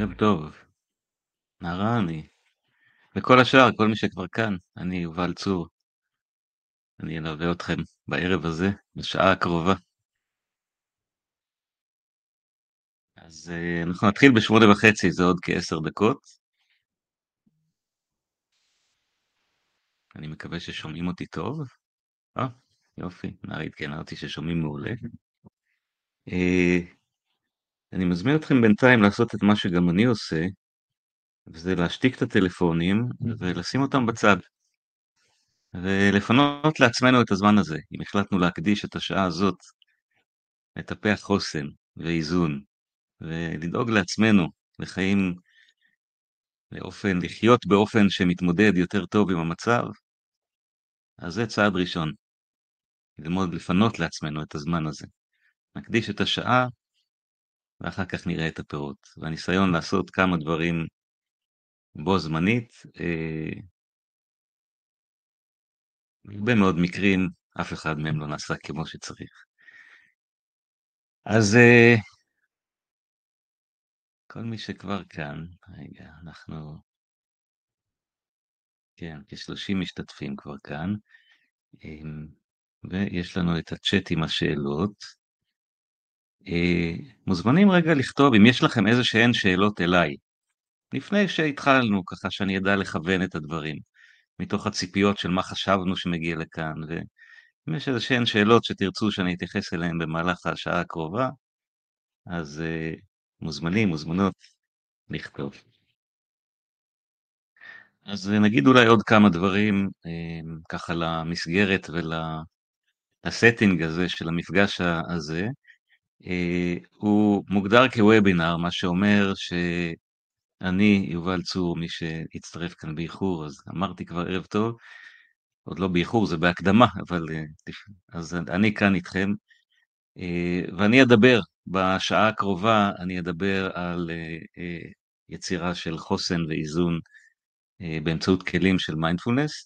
ערב טוב, נערה אני, וכל השאר, כל מי שכבר כאן, אני יובל צור, אני אלווה אתכם בערב הזה, בשעה הקרובה. אז אנחנו נתחיל ב8:30, זה עוד כ10 דקות. אני מקווה ששומעים אותי טוב. אה, יופי, נערה עדכנה אותי ששומעים מעולה. אה, אני מזמין אתכם בינתיים לעשות את מה שגם אני עושה, וזה להשתיק את הטלפונים ולשים אותם בצד, ולפנות לעצמנו את הזמן הזה. אם החלטנו להקדיש את השעה הזאת לטפח חוסן ואיזון, ולדאוג לעצמנו, לחיים, לחיות באופן שמתמודד יותר טוב עם המצב, אז זה צעד ראשון, ללמוד לפנות לעצמנו את הזמן הזה. נקדיש את השעה, ואחר כך נראה את הפירות. והניסיון לעשות כמה דברים בו זמנית, הרבה מאוד מקרים, אף אחד מהם לא נעשה כמו שצריך. אז כל מי שכבר כאן, רגע, אנחנו, כן, כ30 משתתפים כבר כאן, ויש לנו את הצ'אט עם השאלות. מוזמנים רגע לכתוב אם יש לכם איזה שהן שאלות אליי, לפני שהתחלנו, ככה שאני אדע לכוון את הדברים, מתוך הציפיות של מה חשבנו שמגיע לכאן, ואם יש איזה שהן שאלות שתרצו שאני אתייחס אליהן במהלך השעה הקרובה, אז מוזמנים, מוזמנות לכתוב. אז נגיד אולי עוד כמה דברים, ככה למסגרת ולסטינג הזה של המפגש הזה. הוא מוגדר כוובינר, מה שאומר שאני, יובל צור, מי שהצטרף כאן באיחור, אז אמרתי כבר ערב טוב, עוד לא באיחור, זה בהקדמה, אבל אז אני כאן איתכם, ואני אדבר, בשעה הקרובה אני אדבר על יצירה של חוסן ואיזון באמצעות כלים של מיינדפולנס,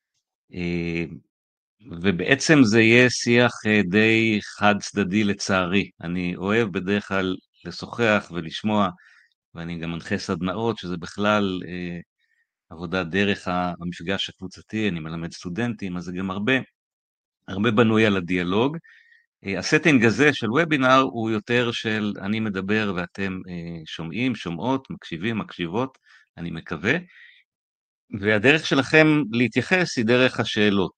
ובעצם זה יהיה שיח די חד צדדי לצערי. אני אוהב בדרך כלל לשוחח ולשמוע, ואני גם מנחה סדנאות, שזה בכלל עבודה דרך המפגש הקבוצתי, אני מלמד סטודנטים, אז זה גם הרבה בנוי על הדיאלוג. הסטינג הזה של וובינר הוא יותר של אני מדבר ואתם שומעים, שומעות, מקשיבים, מקשיבות, אני מקווה, והדרך שלכם להתייחס היא דרך השאלות,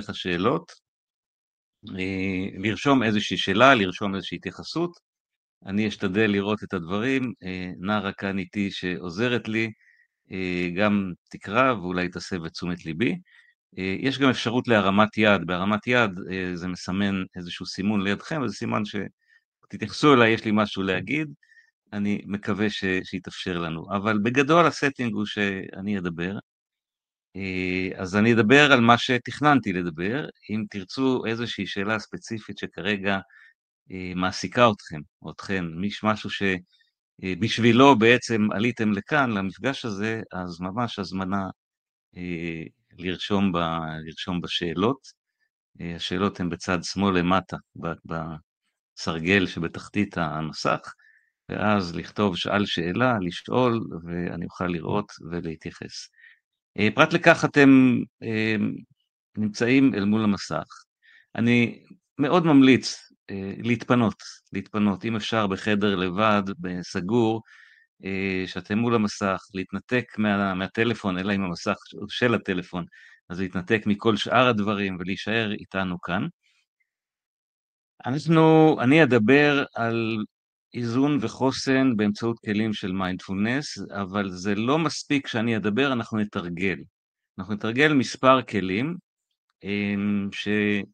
לרשום איזושהי שאלה, לרשום איזושהי התייחסות, אני אשתדל לראות את הדברים, נערה כאן איתי שעוזרת לי, גם תקרא ואולי תסב את תשומת ליבי. יש גם אפשרות להרמת יד, בהרמת יד זה מסמן איזשהו סימון לידכם, וזה סימן שתתייחסו אליי, יש לי משהו להגיד, אני מקווה שיתאפשר לנו, אבל בגדול הסטינג הוא שאני אדבר, אז אני אדבר על מה שתכננתי לדבר, אם תרצו איזושהי שאלה ספציפית שכרגע מעסיקה אתכם, או אתכן, משהו שבשבילו בעצם עליתם לכאן, למפגש הזה, אז ממש הזמנה לרשום בשאלות. השאלות הן בצד שמאל למטה, בסרגל שבתחתית המסך, ואז לכתוב שאל שאלה, לשאול, ואני אוכל לראות ולהתייחס. פרט לכך אתם נמצאים אל מול המסך. אני מאוד ממליץ להתפנות, אם אפשר בחדר לבד, בסגור, שאתם מול המסך, להתנתק מהטלפון, אלא עם המסך של הטלפון, אז להתנתק מכל שאר הדברים ולהישאר איתנו כאן. אני אדבר על איזון וחוסן באמצעות כלים של מיינדפולנס, אבל זה לא מספיק שאני אדבר, אנחנו נתרגל מספר כלים, ש...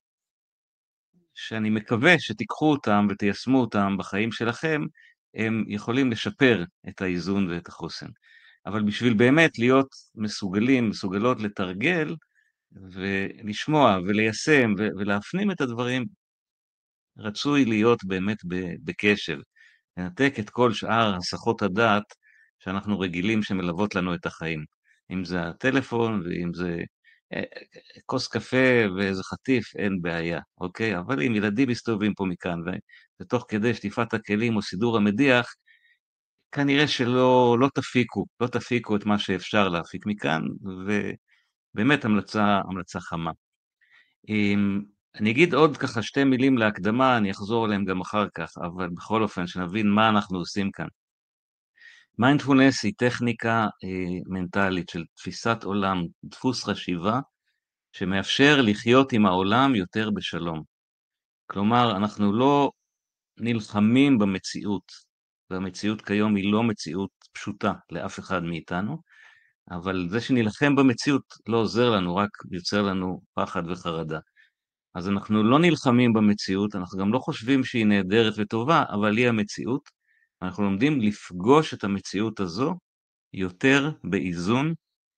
שאני מקווה שתיקחו אותם ותיישמו אותם בחיים שלכם, הם יכולים לשפר את האיזון ואת החוסן. אבל בשביל באמת להיות מסוגלות לתרגל, ולשמוע וליישם ולהפנים את הדברים, רצוי להיות באמת בקשב, לנתק את כל שאר הסחות הדעת שאנחנו רגילים שמלוות לנו את החיים. אם זה הטלפון ואם זה כוס קפה ואיזה חטיף, אין בעיה, אוקיי? אבל אם ילדים מסתובבים פה מכאן, ותוך כדי שטיפת הכלים או סידור המדיח, כנראה שלא לא תפיקו את מה שאפשר להפיק מכאן, ובאמת המלצה חמה. אני אגיד עוד ככה שתי מילים להקדמה, אני אחזור עליהם גם אחר כך, אבל בכל אופן, שנבין מה אנחנו עושים כאן. מיינדפולנס היא טכניקה מנטלית של תפיסת עולם, דפוס חשיבה, שמאפשר לחיות עם העולם יותר בשלום. כלומר, אנחנו לא נלחמים במציאות, והמציאות כיום היא לא מציאות פשוטה לאף אחד מאיתנו, אבל זה שנלחם במציאות לא עוזר לנו, רק יוצר לנו פחד וחרדה. אז אנחנו לא נלחמים במציאות, אנחנו גם לא חושבים שהיא נהדרת וטובה, אבל היא המציאות. אנחנו לומדים לפגוש את המציאות הזו יותר באיזון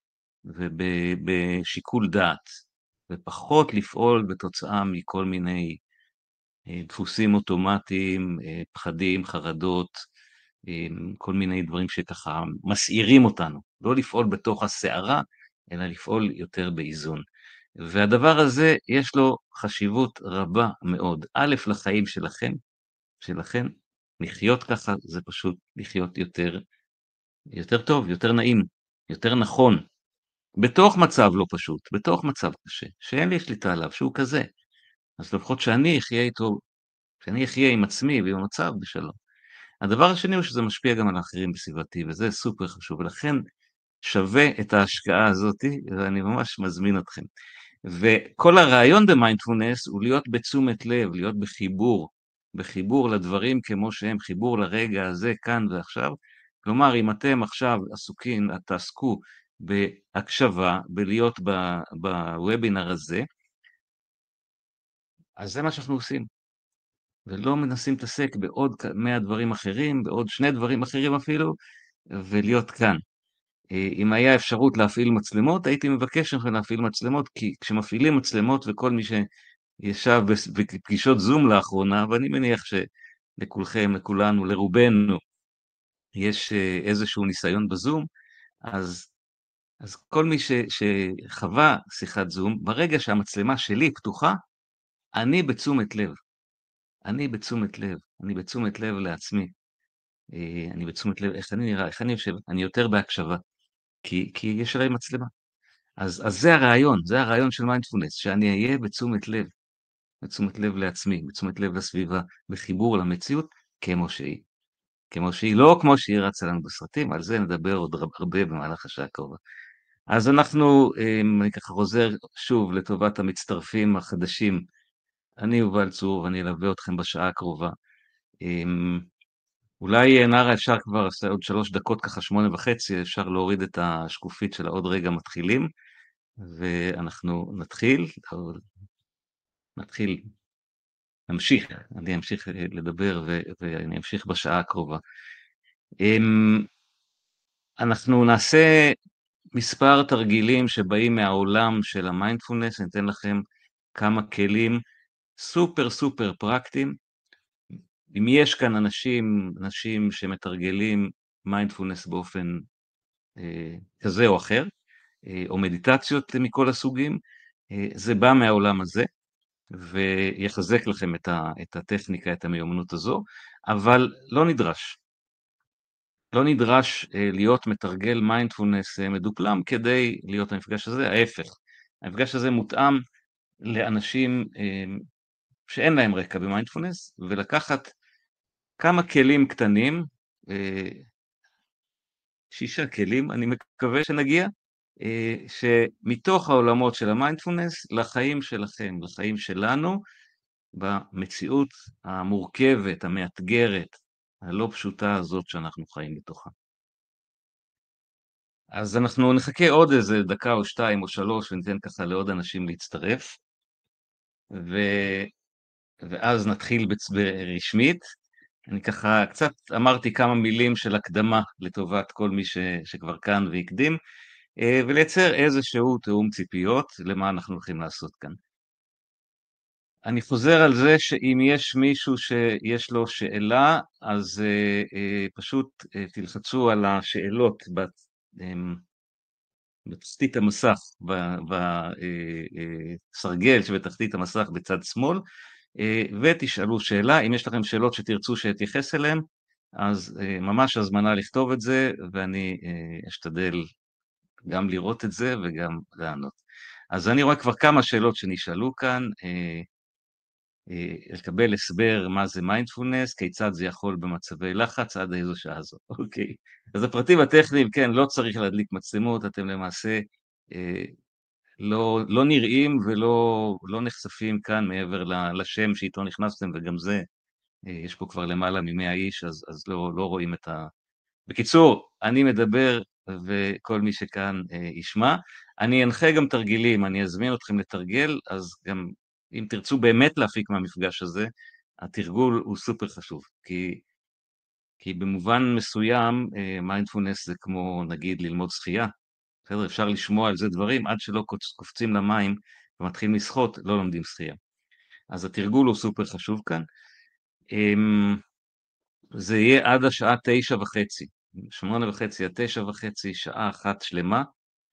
ובשיקול דעת, ופחות לפעול בתוצאה מכל מיני דפוסים אוטומטיים, פחדים, חרדות, כל מיני דברים שככה מסעירים אותנו. לא לפעול בתוך הסערה, אלא לפעול יותר באיזון. והדבר הזה יש לו חשיבות רבה מאוד. א', לחיים שלכם, לחיות ככה זה פשוט לחיות יותר טוב, יותר נעים, יותר נכון. בתוך מצב לא פשוט, בתוך מצב קשה, שאין לי שליטה עליו, שהוא כזה. אז לפחות שאני אחיה איתו, שאני אחיה עם עצמי ועם המצב בשלום. הדבר השני הוא שזה משפיע גם על האחרים בסביבתי, וזה סופר חשוב, ולכן שווה את ההשקעה הזאת, ואני ממש מזמין אתכם. וכל הרעיון במיינדפולנס הוא להיות בתשומת לב, להיות בחיבור לדברים כמו שהם, חיבור לרגע הזה, כאן ועכשיו. כלומר, אם אתם עכשיו עסוקים, תעסקו בהקשבה, בלהיות בוובינר הזה, אז זה מה שאנחנו עושים. ולא מנסים להתעסק בעוד 100 דברים אחרים, בעוד 2 דברים אחרים אפילו, ולהיות כאן. אם היה אפשרות להפעיל מצלמות, הייתי מבקש לכם להפעיל מצלמות, כי כשמפעילים מצלמות וכל מי שישב בפגישות זום לאחרונה, ואני מניח שלכולכם, לכולנו, לרובנו, יש איזשהו ניסיון בזום, אז כל מי שחווה שיחת זום, ברגע שהמצלמה שלי פתוחה, אני בתשומת לב. אני בתשומת לב לעצמי. אני בתשומת לב, איך אני נראה, איך אני יושב, אני יותר בהקשבה, כי יש עליי מצלמה. אז זה הרעיון של מיינדפולנס, שאני אהיה בתשומת לב לעצמי, בתשומת לב לסביבה, בחיבור למציאות כמו שהיא. כמו שהיא, לא כמו שהיא רצה לנו בסרטים, על זה נדבר עוד הרבה במהלך השעה הקרובה. אז אני ככה חוזר שוב לטובת המצטרפים החדשים. אני יובל צור ואני אלווה אתכם בשעה הקרובה. אולי נערה אפשר כבר עוד 3 דקות, ככה 8:30, אפשר להוריד את השקופית של עוד רגע מתחילים, ואנחנו נמשיך, אני אמשיך לדבר ואני אמשיך בשעה הקרובה. אנחנו נעשה מספר תרגילים שבאים מהעולם של המיינדפולנס, אני אתן לכם כמה כלים סופר סופר פרקטיים. אם יש כאן אנשים שמתרגלים מיינדפולנס באופן כזה או אחר, או מדיטציות מכל הסוגים, זה בא מהעולם הזה, ויחזק לכם את הטכניקה, את המיומנות הזו, אבל לא נדרש להיות מתרגל מיינדפולנס מדופלם כדי להיות המפגש הזה, ההפך. המפגש הזה מותאם לאנשים שאין להם רקע במיינדפולנס, ולקחת כמה כלים קטנים, 6 כלים, אני מקווה שנגיע, שמתוך העולמות של המיינדפולנס לחיים שלכם, לחיים שלנו, במציאות המורכבת, המאתגרת, הלא פשוטה הזאת שאנחנו חיים בתוכה. אז אנחנו נחכה עוד איזה 1 או 2 או 3, וניתן ככה לעוד אנשים להצטרף, ואז נתחיל רשמית. אני ככה קצת אמרתי כמה מילים של הקדמה לטובת כל מי שכבר כאן והקדים, ולייצר איזשהו תאום ציפיות למה אנחנו הולכים לעשות כאן. אני חוזר על זה שאם יש מישהו שיש לו שאלה, אז פשוט תלחצו על השאלות בתחתית המסך, בסרגל שבתחתית המסך בצד שמאל, ותשאלו שאלה. אם יש לכם שאלות שתרצו שאתייחס אליהן, אז ממש הזמנה לכתוב את זה, ואני אשתדל גם לראות את זה וגם לענות. אז אני רואה כבר כמה שאלות שנשאלו כאן, לקבל הסבר מה זה מיינדפולנס, כיצד זה יכול במצבי לחץ, עד איזו שעה זו, אוקיי. אז הפרטים הטכניים, כן, לא צריך להדליק מצלמות, אתם למעשה לא נראים ולא נחשפים כאן מעבר לשם שאיתו נכנסתם, וגם זה, יש פה כבר למעלה מ100 איש, אז לא רואים את ה... בקיצור, אני מדבר וכל מי שכאן ישמע. אני אנחה גם תרגילים, אני אזמין אתכם לתרגל, אז גם אם תרצו באמת להפיק מהמפגש הזה, התרגול הוא סופר חשוב, כי במובן מסוים מיינדפולנס זה כמו נגיד ללמוד שחייה, בסדר, אפשר לשמוע על זה דברים, עד שלא קופצים למים ומתחילים לשחות, לא לומדים שחייה. אז התרגול הוא סופר חשוב כאן. זה יהיה עד השעה 9:30, 8:30 עד 9:30, שעה אחת שלמה,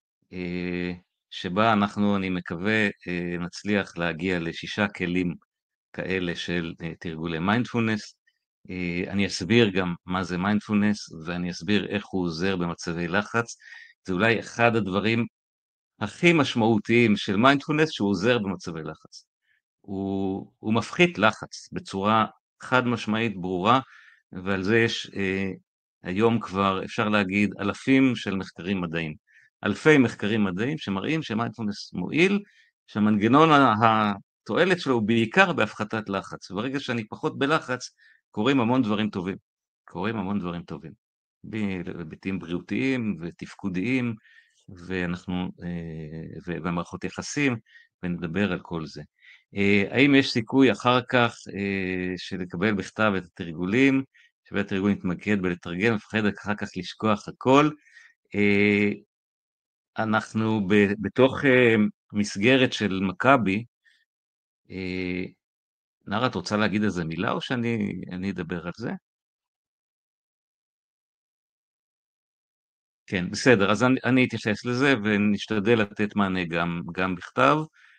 שבה אנחנו, אני מקווה, נצליח להגיע ל6 כלים כאלה של תרגולי מיינדפולנס. אני אסביר גם מה זה מיינדפולנס, ואני אסביר איך הוא עוזר במצבי לחץ. זה אולי אחד הדברים הכי משמעותיים של מיינדפולנס, שהוא עוזר במצבי לחץ. הוא מפחית לחץ בצורה חד משמעית ברורה, ועל זה יש היום כבר, אפשר להגיד, אלפים של מחקרים מדעיים. אלפי מחקרים מדעיים שמראים שמיינדפולנס מועיל, שהמנגנון התועלת שלו הוא בעיקר בהפחתת לחץ. וברגע שאני פחות בלחץ, קורים המון דברים טובים. קורים המון דברים טובים. בהיבטים בריאותיים ותפקודיים, ומערכות יחסים, ונדבר על כל זה. האם יש סיכוי אחר כך שלקבל בכתב את התרגולים, שווה התרגול נתמקד בלתרגל, מפחד אחר כך לשכוח הכל. אנחנו בתוך מסגרת של מכבי, נרה, את רוצה להגיד איזה מילה או שאני אדבר על זה? כן, בסדר, אז אני אתייחס לזה ונשתדל לתת מענה גם בכתב.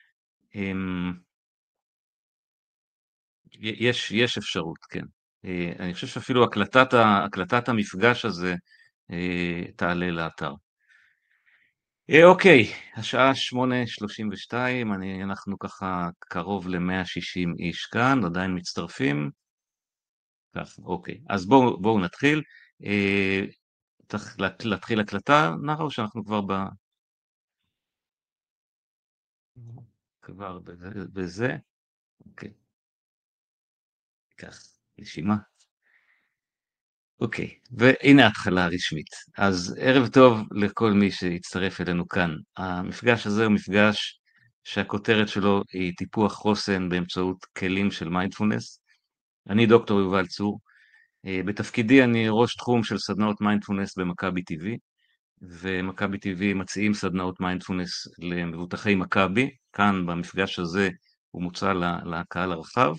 יש אפשרות, כן. אני חושב שאפילו הקלטת המפגש הזה תעלה לאתר. אוקיי, השעה 8:32, אנחנו ככה קרוב ל160 איש כאן, עדיין מצטרפים. כך, אוקיי, אז בואו נתחיל. צריך להתחיל הקלטה, נרה, או שאנחנו כבר בזה? אוקיי, כך, נשימה. אוקיי, והנה ההתחלה הרשמית. אז ערב טוב לכל מי שהצטרף אלינו כאן. המפגש הזה הוא מפגש שהכותרת שלו היא טיפוח חוסן באמצעות כלים של מיינדפולנס. אני דוקטור יובל צור. בתפקידי אני ראש תחום של סדנאות מיינדפולנס במכבי TV, ומכבי TV מציעים סדנאות מיינדפולנס למבוטחי מכבי. כאן במפגש הזה הוא מוצע לקהל הרחב.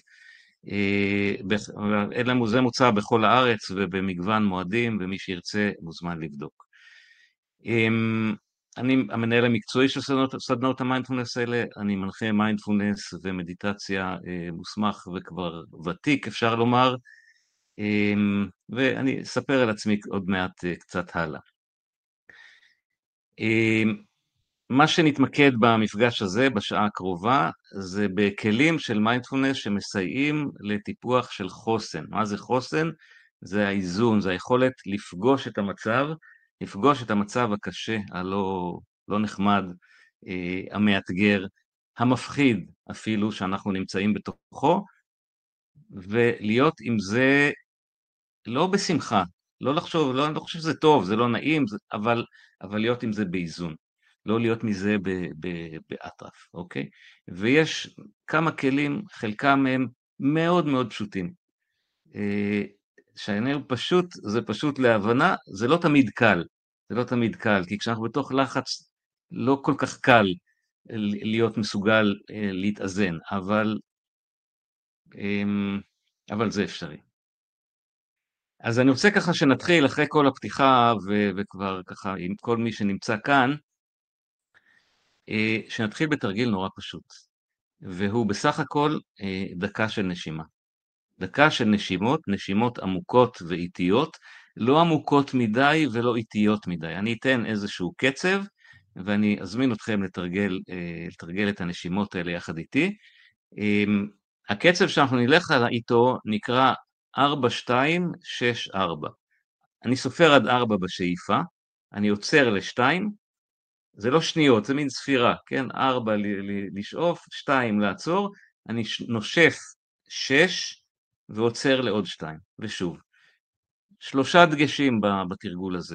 זה מוצע בכל הארץ ובמגוון מועדים, ומי שירצה מוזמן לבדוק. אני המנהל המקצועי של סדנאות המיינדפולנס האלה, אני מנחה מיינדפולנס ומדיטציה מוסמך וכבר ותיק, אפשר לומר, ואני אספר על עצמי עוד מעט קצת הלאה. מה שנתמקד במפגש הזה בשעה הקרובה זה בכלים של מיינדפולנס שמסייעים לטיפוח של חוסן. מה זה חוסן? זה האיזון, זה היכולת לפגוש את המצב הקשה, לא נחמד, המאתגר, המפחיד אפילו שאנחנו נמצאים בתוכו, ולהיות עם זה לא בשמחה, לא לחשוב, אני לא חושב שזה טוב, זה לא נעים, אבל להיות עם זה באיזון. לא להיות מזה באטרף, אוקיי? ויש כמה כלים, חלקם הם מאוד מאוד פשוטים. זה פשוט להבנה, זה לא תמיד קל, כי כשאנחנו בתוך לחץ, לא כל כך קל להיות מסוגל להתאזן, אבל זה אפשרי. אז אני רוצה ככה שנתחיל אחרי כל הפתיחה, וכבר ככה עם כל מי שנמצא כאן, שנתחיל בתרגיל נורא פשוט, והוא בסך הכל דקה של נשימה. דקה של נשימות, נשימות עמוקות ואיטיות, לא עמוקות מדי ולא איטיות מדי. אני אתן איזשהו קצב, ואני אזמין אתכם לתרגל את הנשימות האלה יחד איתי. הקצב שאנחנו נלך איתו נקרא 4-2-6-4. אני סופר עד 4 בשאיפה, אני עוצר ל-2, זה לא שניות, זה מין ספירה, כן? 4 לשאוף, 2 לעצור, אני נושף 6 ועוצר לעוד 2, ושוב. 3 דגשים בתרגול הזה.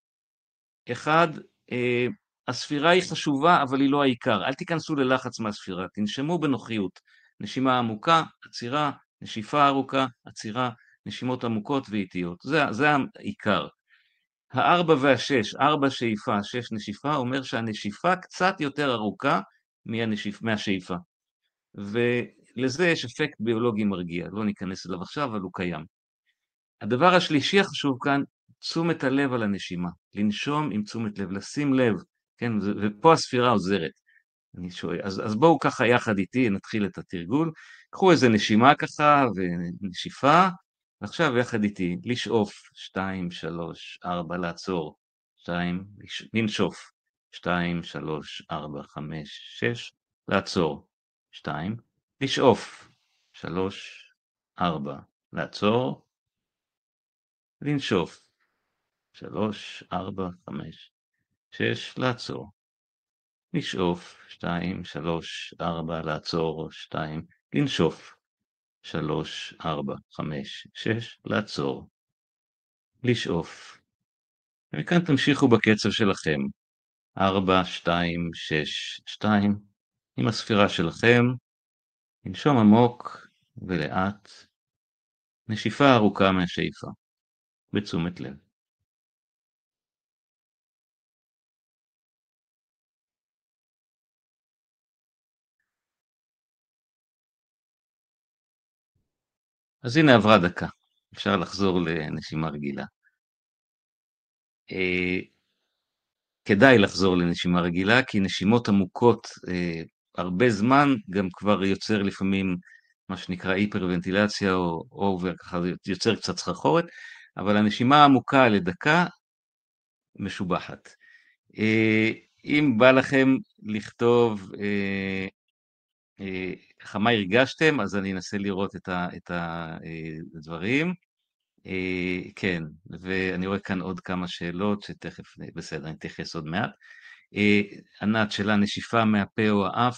אחד, הספירה היא חשובה, אבל היא לא העיקר. אל תיכנסו ללחץ מהספירה, תנשמו בנוחיות. נשימה עמוקה, עצירה, נשיפה ארוכה, עצירה, נשימות עמוקות ואיטיות. זה העיקר. 4 וה-6, 4 שאיפה, 6 נשיפה, אומר שהנשיפה קצת יותר ארוכה מהשאיפה. ולזה יש אפקט ביולוגי מרגיע, לא ניכנס אליו עכשיו, אבל הוא קיים. הדבר השלישי החשוב כאן, תשומת הלב על הנשימה, לנשום עם תשומת לב, לשים לב, כן, ופה הספירה עוזרת. אני שואל, אז בואו ככה יחד איתי, נתחיל את התרגול, קחו איזה נשימה ככה ונשיפה, ועכשיו יחד איתי, לשאוף, 2, 3, 4, לעצור, 2, לנשוף, 2, 3, 4, 5, 6, לעצור, 2, לשאוף, 3, 4, לעצור, לנשוף, 3, 4, 5, 6, לעצור, לשאוף, 2, 3, 4, לעצור, 2, לנשוף, 3, 4, 5, 6, לעצור, לשאוף. וכאן תמשיכו בקצב שלכם, 4, 2, 6, 2, עם הספירה שלכם, לנשום עמוק ולאט, נשיפה ארוכה מהשאיפה, בתשומת לב. אז הנה עברה דקה, אפשר לחזור לנשימה רגילה. כדאי לחזור לנשימה רגילה, כי נשימות עמוקות הרבה זמן גם כבר יוצר לפעמים מה שנקרא היפרוונטילציה או אובר, ככה זה יוצר קצת סחרחורת, אבל הנשימה העמוקה לדקה משובחת. אם בא לכם לכתוב ככה מה הרגשתם, אז אני אנסה לראות את הדברים. כן, ואני רואה כאן עוד כמה שאלות שתכף, בסדר, אני אתייחס עוד מעט. ענת, שאלה נשיפה מהפה או האף,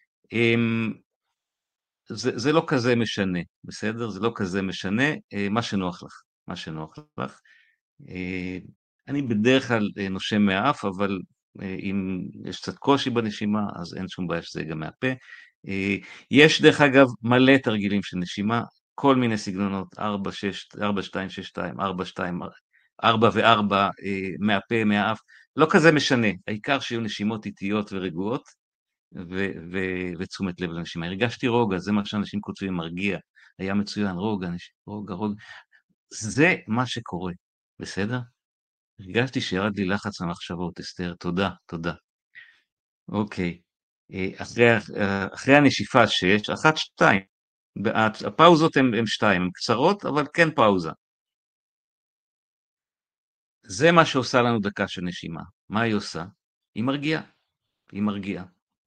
זה לא כזה משנה, בסדר? זה לא כזה משנה, מה שנוח לך, מה שנוח לך. אני בדרך כלל נושם מהאף, אבל אם יש קצת קושי בנשימה, אז אין שום בעיה שזה גם מהפה. יש דרך אגב מלא תרגילים של נשימה, כל מיני סגנונות, 4, 6, 4, 2, 6, 2, 4, 2, 4 ו-4 מהפה, מהאף, לא כזה משנה, העיקר שיהיו נשימות איטיות ורגועות, ותשומת לב לנשימה. הרגשתי רוגע, זה מה שאנשים כותבים, מרגיע, היה מצוין, רוגע, רוגע, רוגע, זה מה שקורה, בסדר? הרגשתי שירד לי לחץ המחשבות, אסתר, תודה, תודה. אוקיי, אחרי הנשיפה 6, 1, 2, הפאוזות הן 2, הן קצרות, אבל כן פאוזה. זה מה שעושה לנו דקה של נשימה. מה היא עושה? היא מרגיעה, היא מרגיעה.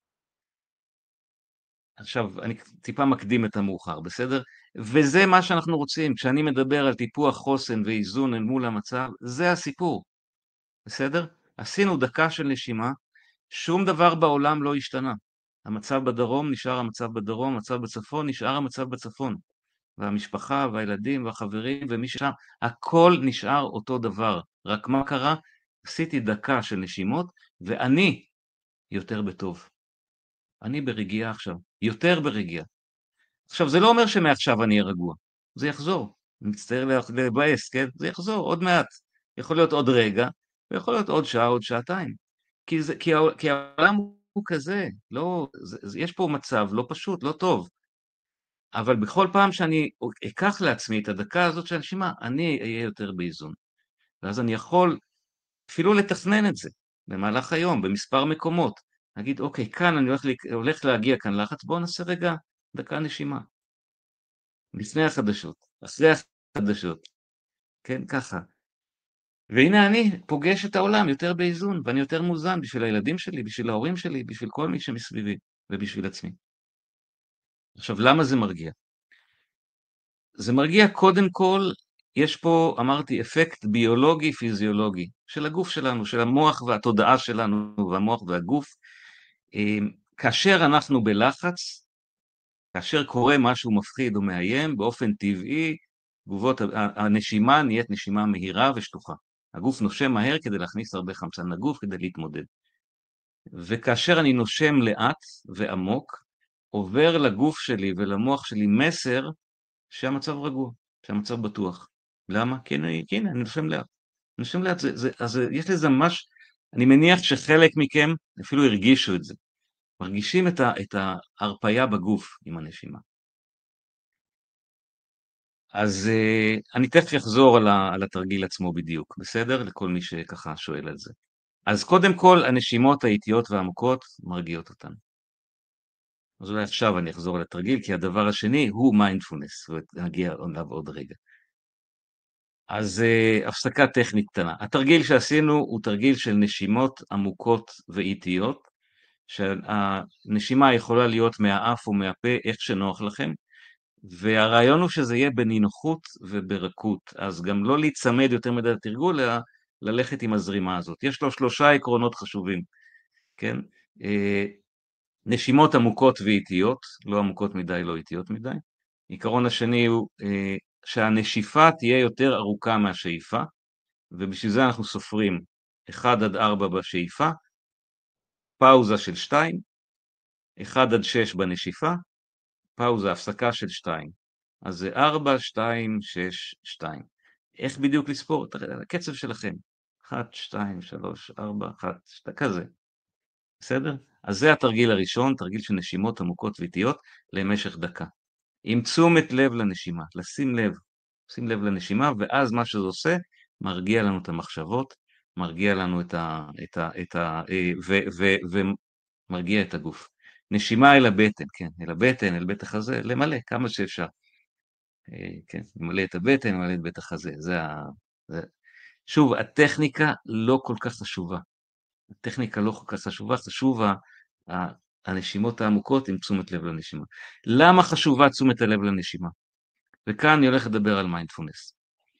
עכשיו, אני טיפה מקדים את המאוחר, בסדר? וזה מה שאנחנו רוצים, כשאני מדבר על טיפוח חוסן ואיזון אל מול המצב, זה הסיפור, בסדר? עשינו דקה של נשימה, שום דבר בעולם לא השתנה. המצב בדרום נשאר המצב בדרום, המצב בצפון נשאר המצב בצפון. והמשפחה והילדים והחברים ומי ששם, הכל נשאר אותו דבר. רק מה קרה? עשיתי דקה של נשימות, ואני יותר בטוב. אני ברגיעה עכשיו, יותר ברגיעה. עכשיו, זה לא אומר שמעכשיו אני אהיה רגוע, זה יחזור. אני מצטער לבאס, כן? זה יחזור עוד מעט. יכול להיות עוד רגע, ויכול להיות עוד שעה, עוד שעתיים. כי העולם הוא כזה, לא, יש פה מצב לא פשוט, לא טוב. אבל בכל פעם שאני אקח לעצמי את הדקה הזאת של הנשימה, אני אהיה יותר באיזון. ואז אני יכול אפילו לתכנן את זה במהלך היום, במספר מקומות. נגיד, אוקיי, כאן אני הולך להגיע כאן לחץ, בואו נעשה רגע דקה נשימה. לפני החדשות, אחרי החדשות, כן, ככה. והנה אני פוגש את העולם יותר באיזון, ואני יותר מאוזן בשביל הילדים שלי, בשביל ההורים שלי, בשביל כל מי שמסביבי, ובשביל עצמי. עכשיו, למה זה מרגיע? זה מרגיע קודם כל, יש פה, אמרתי, אפקט ביולוגי-פיזיולוגי של הגוף שלנו, של המוח והתודעה שלנו, והמוח והגוף. כאשר אנחנו בלחץ, כאשר קורה משהו מפחיד או מאיים, באופן טבעי, הנשימה נהיית נשימה מהירה ושטוחה. הגוף נושם מהר כדי להכניס הרבה חמצן לגוף, כדי להתמודד. וכאשר אני נושם לאט ועמוק, עובר לגוף שלי ולמוח שלי מסר שהמצב רגוע, שהמצב בטוח. למה? כי הנה, אני נושם לאט. נושם לאט, אז יש לזה ממש, אני מניח שחלק מכם אפילו הרגישו את זה. מרגישים את ההרפאיה בגוף עם הנשימה. אז אני תכף אחזור על התרגיל עצמו בדיוק, בסדר? לכל מי שככה שואל על זה. אז קודם כל, הנשימות האיטיות והעמוקות מרגיעות אותנו. אז אולי עכשיו אני אחזור לתרגיל, כי הדבר השני הוא מיינדפולנס, ונגיע אליו עוד רגע. אז הפסקה טכנית קטנה. התרגיל שעשינו הוא תרגיל של נשימות עמוקות ואיטיות, שהנשימה יכולה להיות מהאף או מהפה, איך שנוח לכם, והרעיון הוא שזה יהיה בנינוחות וברכות, אז גם לא להיצמד יותר מדי לתרגול, אלא ללכת עם הזרימה הזאת. יש לו 3 עקרונות חשובים, כן? נשימות עמוקות ואיטיות, לא עמוקות מדי, לא איטיות מדי. עיקרון השני הוא שהנשיפה תהיה יותר ארוכה מהשאיפה, ובשביל זה אנחנו סופרים 1 עד 4 בשאיפה, פאוזה של 2, 1 עד 6 בנשיפה, פאוזה, הפסקה של 2. אז זה 4, 2, 6, 2. איך בדיוק לספור? הקצב שלכם. 1, 2, 3, 4, 1, 2, כזה. בסדר? אז זה התרגיל הראשון, תרגיל של נשימות עמוקות ואיטיות למשך דקה. עם תשומת לב לנשימה, לשים לב לנשימה, ואז מה שזה עושה, מרגיע לנו את המחשבות, מרגיע לנו ומרגיע את הגוף. נשימה אל הבטן, כן, אל הבטן, אל בית החזה, למלא כמה שאפשר. כן, למלא את הבטן, למלא את בית החזה. שוב, הטכניקה לא כל כך חשובה. הטכניקה לא כל כך חשובה, חשוב הנשימות העמוקות עם תשומת לב לנשימה. למה חשובה תשומת הלב לנשימה? וכאן אני הולך לדבר על מיינדפולנס.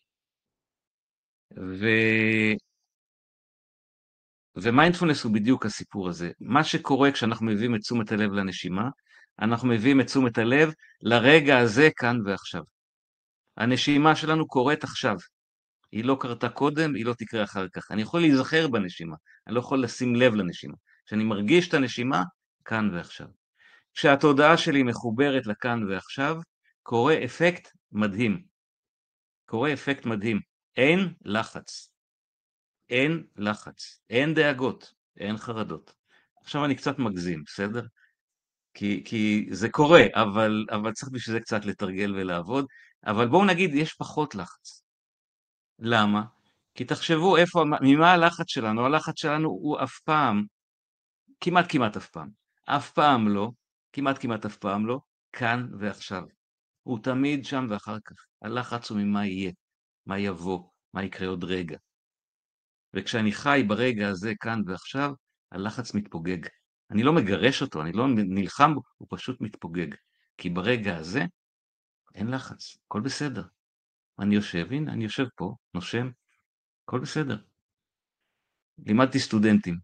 ומיינדפולנס הוא בדיוק הסיפור הזה. מה שקורה כשאנחנו מביאים את תשומת הלב לנשימה, אנחנו מביאים את תשומת הלב לרגע הזה כאן ועכשיו. הנשימה שלנו קורית עכשיו. היא לא קרתה קודם, היא לא תקרה אחר כך. אני יכול להיזכר בנשימה, אני לא יכול לשים לב לנשימה. כשאני מרגיש את הנשימה, כאן ועכשיו. כשהתודעה שלי מחוברת לכאן ועכשיו, קורה אפקט מדהים. קורה אפקט מדהים. אין לחץ. אין לחץ. אין דאגות. אין חרדות. עכשיו אני קצת מגזים, בסדר? כי זה קורה, אבל צריך בשביל זה קצת לתרגל ולעבוד. אבל בואו נגיד, יש פחות לחץ. למה? כי תחשבו ממה הלחץ שלנו? הלחץ שלנו הוא אף פעם, כמעט אף פעם, אף פעם לא, כמעט אף פעם לא, כאן ועכשיו. הוא תמיד שם ואחר כך. הלחץ הוא ממה יהיה, מה יבוא, מה יקרה עוד רגע. וכשאני חי ברגע הזה, כאן ועכשיו, הלחץ מתפוגג. אני לא מגרש אותו, אני לא נלחם בו, הוא פשוט מתפוגג. כי ברגע הזה אין לחץ, הכל בסדר. אני יושב, הנה, אני יושב פה, נושם, הכל בסדר. לימדתי סטודנטים,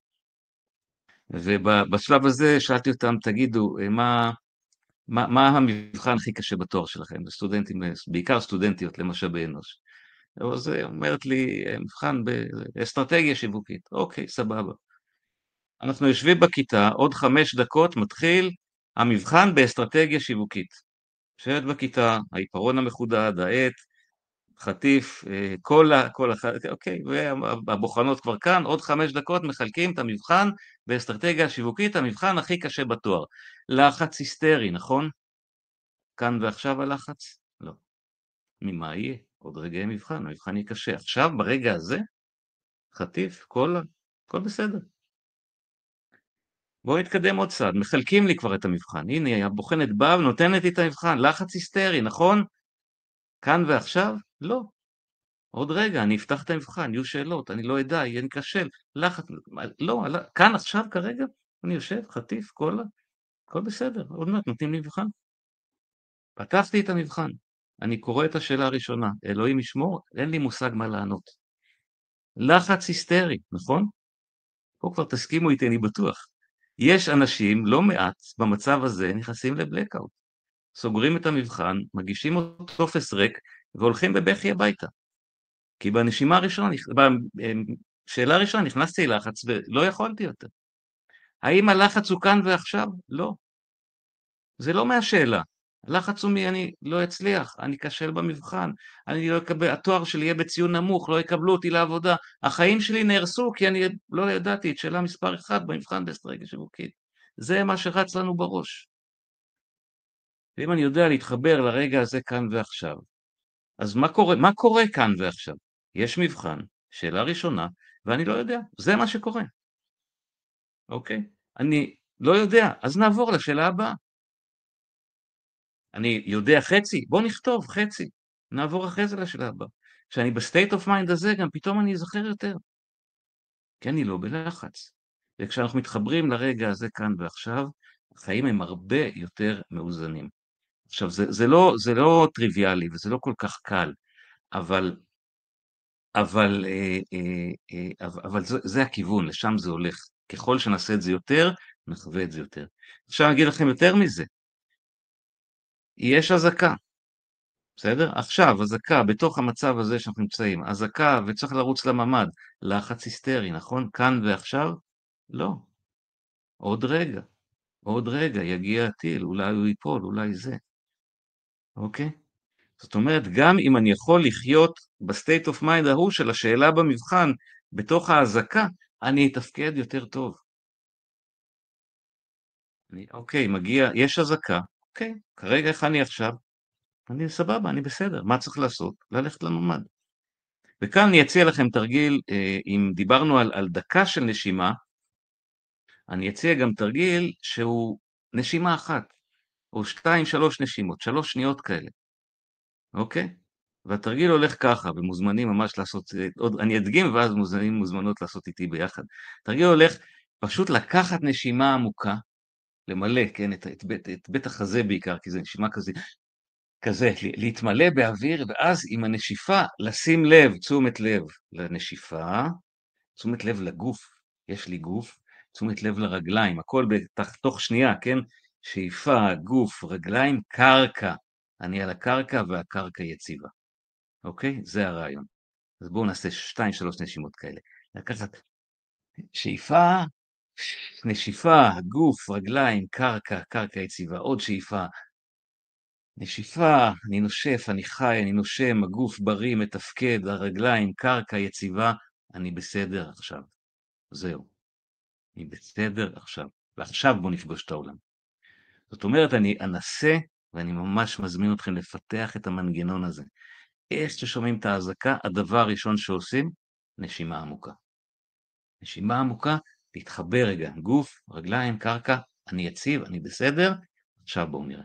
ובשלב הזה שאלתי אותם, תגידו, מה המבחן הכי קשה בתואר שלכם? סטודנטים, בעיקר סטודנטיות למשאבי אנוש. אז היא אומרת לי, מבחן באסטרטגיה שיווקית. אוקיי, סבבה. אנחנו יושבים בכיתה, עוד 5 דקות מתחיל המבחן באסטרטגיה שיווקית. יושבת בכיתה, העיפרון המחודד, העט, חטיף, אוקיי, והבוחנות כבר כאן, עוד 5 דקות מחלקים את המבחן באסטרטגיה השיווקית, המבחן הכי קשה בתואר. לחץ היסטרי, נכון? כאן ועכשיו הלחץ? לא. ממה יהיה? עוד רגעי מבחן, המבחן יהיה קשה. עכשיו, ברגע הזה, חטיף, הכל בסדר. בואו נתקדם עוד צעד, מחלקים לי כבר את המבחן. הנה, הבוחנת באה ונותנת לי את המבחן, לחץ היסטרי, נכון? כאן ועכשיו? לא. עוד רגע, אני אפתח את המבחן, יהיו שאלות, אני לא אדע, יהיה ניכשל, לחץ, לא, כאן עכשיו כרגע, אני יושב, חטיף, קולה, הכל בסדר, עוד מעט נותנים לי מבחן. פתחתי את המבחן, אני קורא את השאלה הראשונה, אלוהים ישמור, אין לי מושג מה לענות. לחץ היסטרי, נכון? פה כבר תסכימו איתי, אני בטוח. יש אנשים, לא מעט, במצב הזה, נכנסים לבלקאוט. סוגרים את המבחן, מגישים אותו טופס ריק, והולכים בבכי הביתה. כי בנשימה הראשונה, בשאלה הראשונה נכנסתי ללחץ ולא יכולתי יותר. האם הלחץ הוא כאן ועכשיו? לא. זה לא מהשאלה. הלחץ הוא מי אני לא אצליח, אני אכשל במבחן, אני לא אקבל, התואר שלי יהיה בציון נמוך, לא יקבלו אותי לעבודה, החיים שלי נהרסו כי אני לא ידעתי את שאלה מספר 1 במבחן באסטרטגיה שיווקית. זה מה שרץ לנו בראש. ואם אני יודע להתחבר לרגע הזה כאן ועכשיו, אז מה קורה כאן ועכשיו? יש מבחן, שאלה ראשונה, ואני לא יודע, זה מה שקורה, אוקיי? אני לא יודע, אז נעבור לשאלה הבאה. אני יודע חצי, בוא נכתוב חצי, נעבור אחרי זה לשאלה הבאה. כשאני בסטייט אוף מיינד הזה, גם פתאום אני אזכר יותר, כי אני לא בלחץ. וכשאנחנו מתחברים לרגע הזה כאן ועכשיו, החיים הם הרבה יותר מאוזנים. עכשיו, זה לא טריוויאלי וזה לא כל כך קל, אבל זה הכיוון, לשם זה הולך. ככל שנעשה את זה יותר, נחווה את זה יותר. עכשיו אני אגיד לכם יותר מזה, יש אזעקה, בסדר? עכשיו, אזעקה, בתוך המצב הזה שאנחנו נמצאים, אזעקה וצריך לרוץ לממ"ד, לחץ היסטרי, נכון? כאן ועכשיו? לא. עוד רגע יגיע הטיל, אולי הוא ייפול, אולי זה. אוקיי? זאת אומרת, גם אם אני יכול לחיות בסטייט אוף מיינד ההוא של השאלה במבחן, בתוך האזעקה, אני אתפקד יותר טוב. אוקיי, יש אזעקה, אוקיי, כרגע איך אני עכשיו? אני סבבה, אני בסדר, מה צריך לעשות? ללכת לממ"ד. וכאן אני אציע לכם תרגיל, אם דיברנו על דקה של נשימה, אני אציע גם תרגיל שהוא נשימה אחת, או 2-3 נשימות, 3 שניות כאלה, אוקיי? והתרגיל הולך ככה, ומוזמנים ממש לעשות, אני אדגים ואז מוזמנות לעשות איתי ביחד. התרגיל הולך פשוט לקחת נשימה עמוקה, למלא, כן, את בית החזה בעיקר, כי זה נשימה כזה, להתמלא באוויר, ואז עם הנשיפה לשים לב, תשומת לב לנשיפה, תשומת לב לגוף, יש לי גוף, תשומת לב לרגליים, הכל תוך שנייה, כן? שאיפה, גוף, רגליים, קרקע. אני על הקרקע והקרקע יציבה. אוקיי? זה הרעיון. אז בואו נעשה 2-3 נשימות כאלה. לקחת שאיפה, נשיפה, גוף, רגליים, קרקע, קרקע יציבה, עוד שאיפה, נשיפה, אני נושף, אני חי, אני נושם, הגוף בריא, מתפקד, הרגליים, קרקע יציבה, אני בסדר עכשיו. זהו. אני בסדר עכשיו. ועכשיו בואו נפגוש את העולם. זאת אומרת, אני אנסה, ואני ממש מזמין אתכם לפתח את המנגנון הזה. איך ששומעים את האזעקה, הדבר הראשון שעושים, נשימה עמוקה. נשימה עמוקה, להתחבר רגע, גוף, רגליים, קרקע, אני יציב, אני בסדר, עכשיו בואו נראה.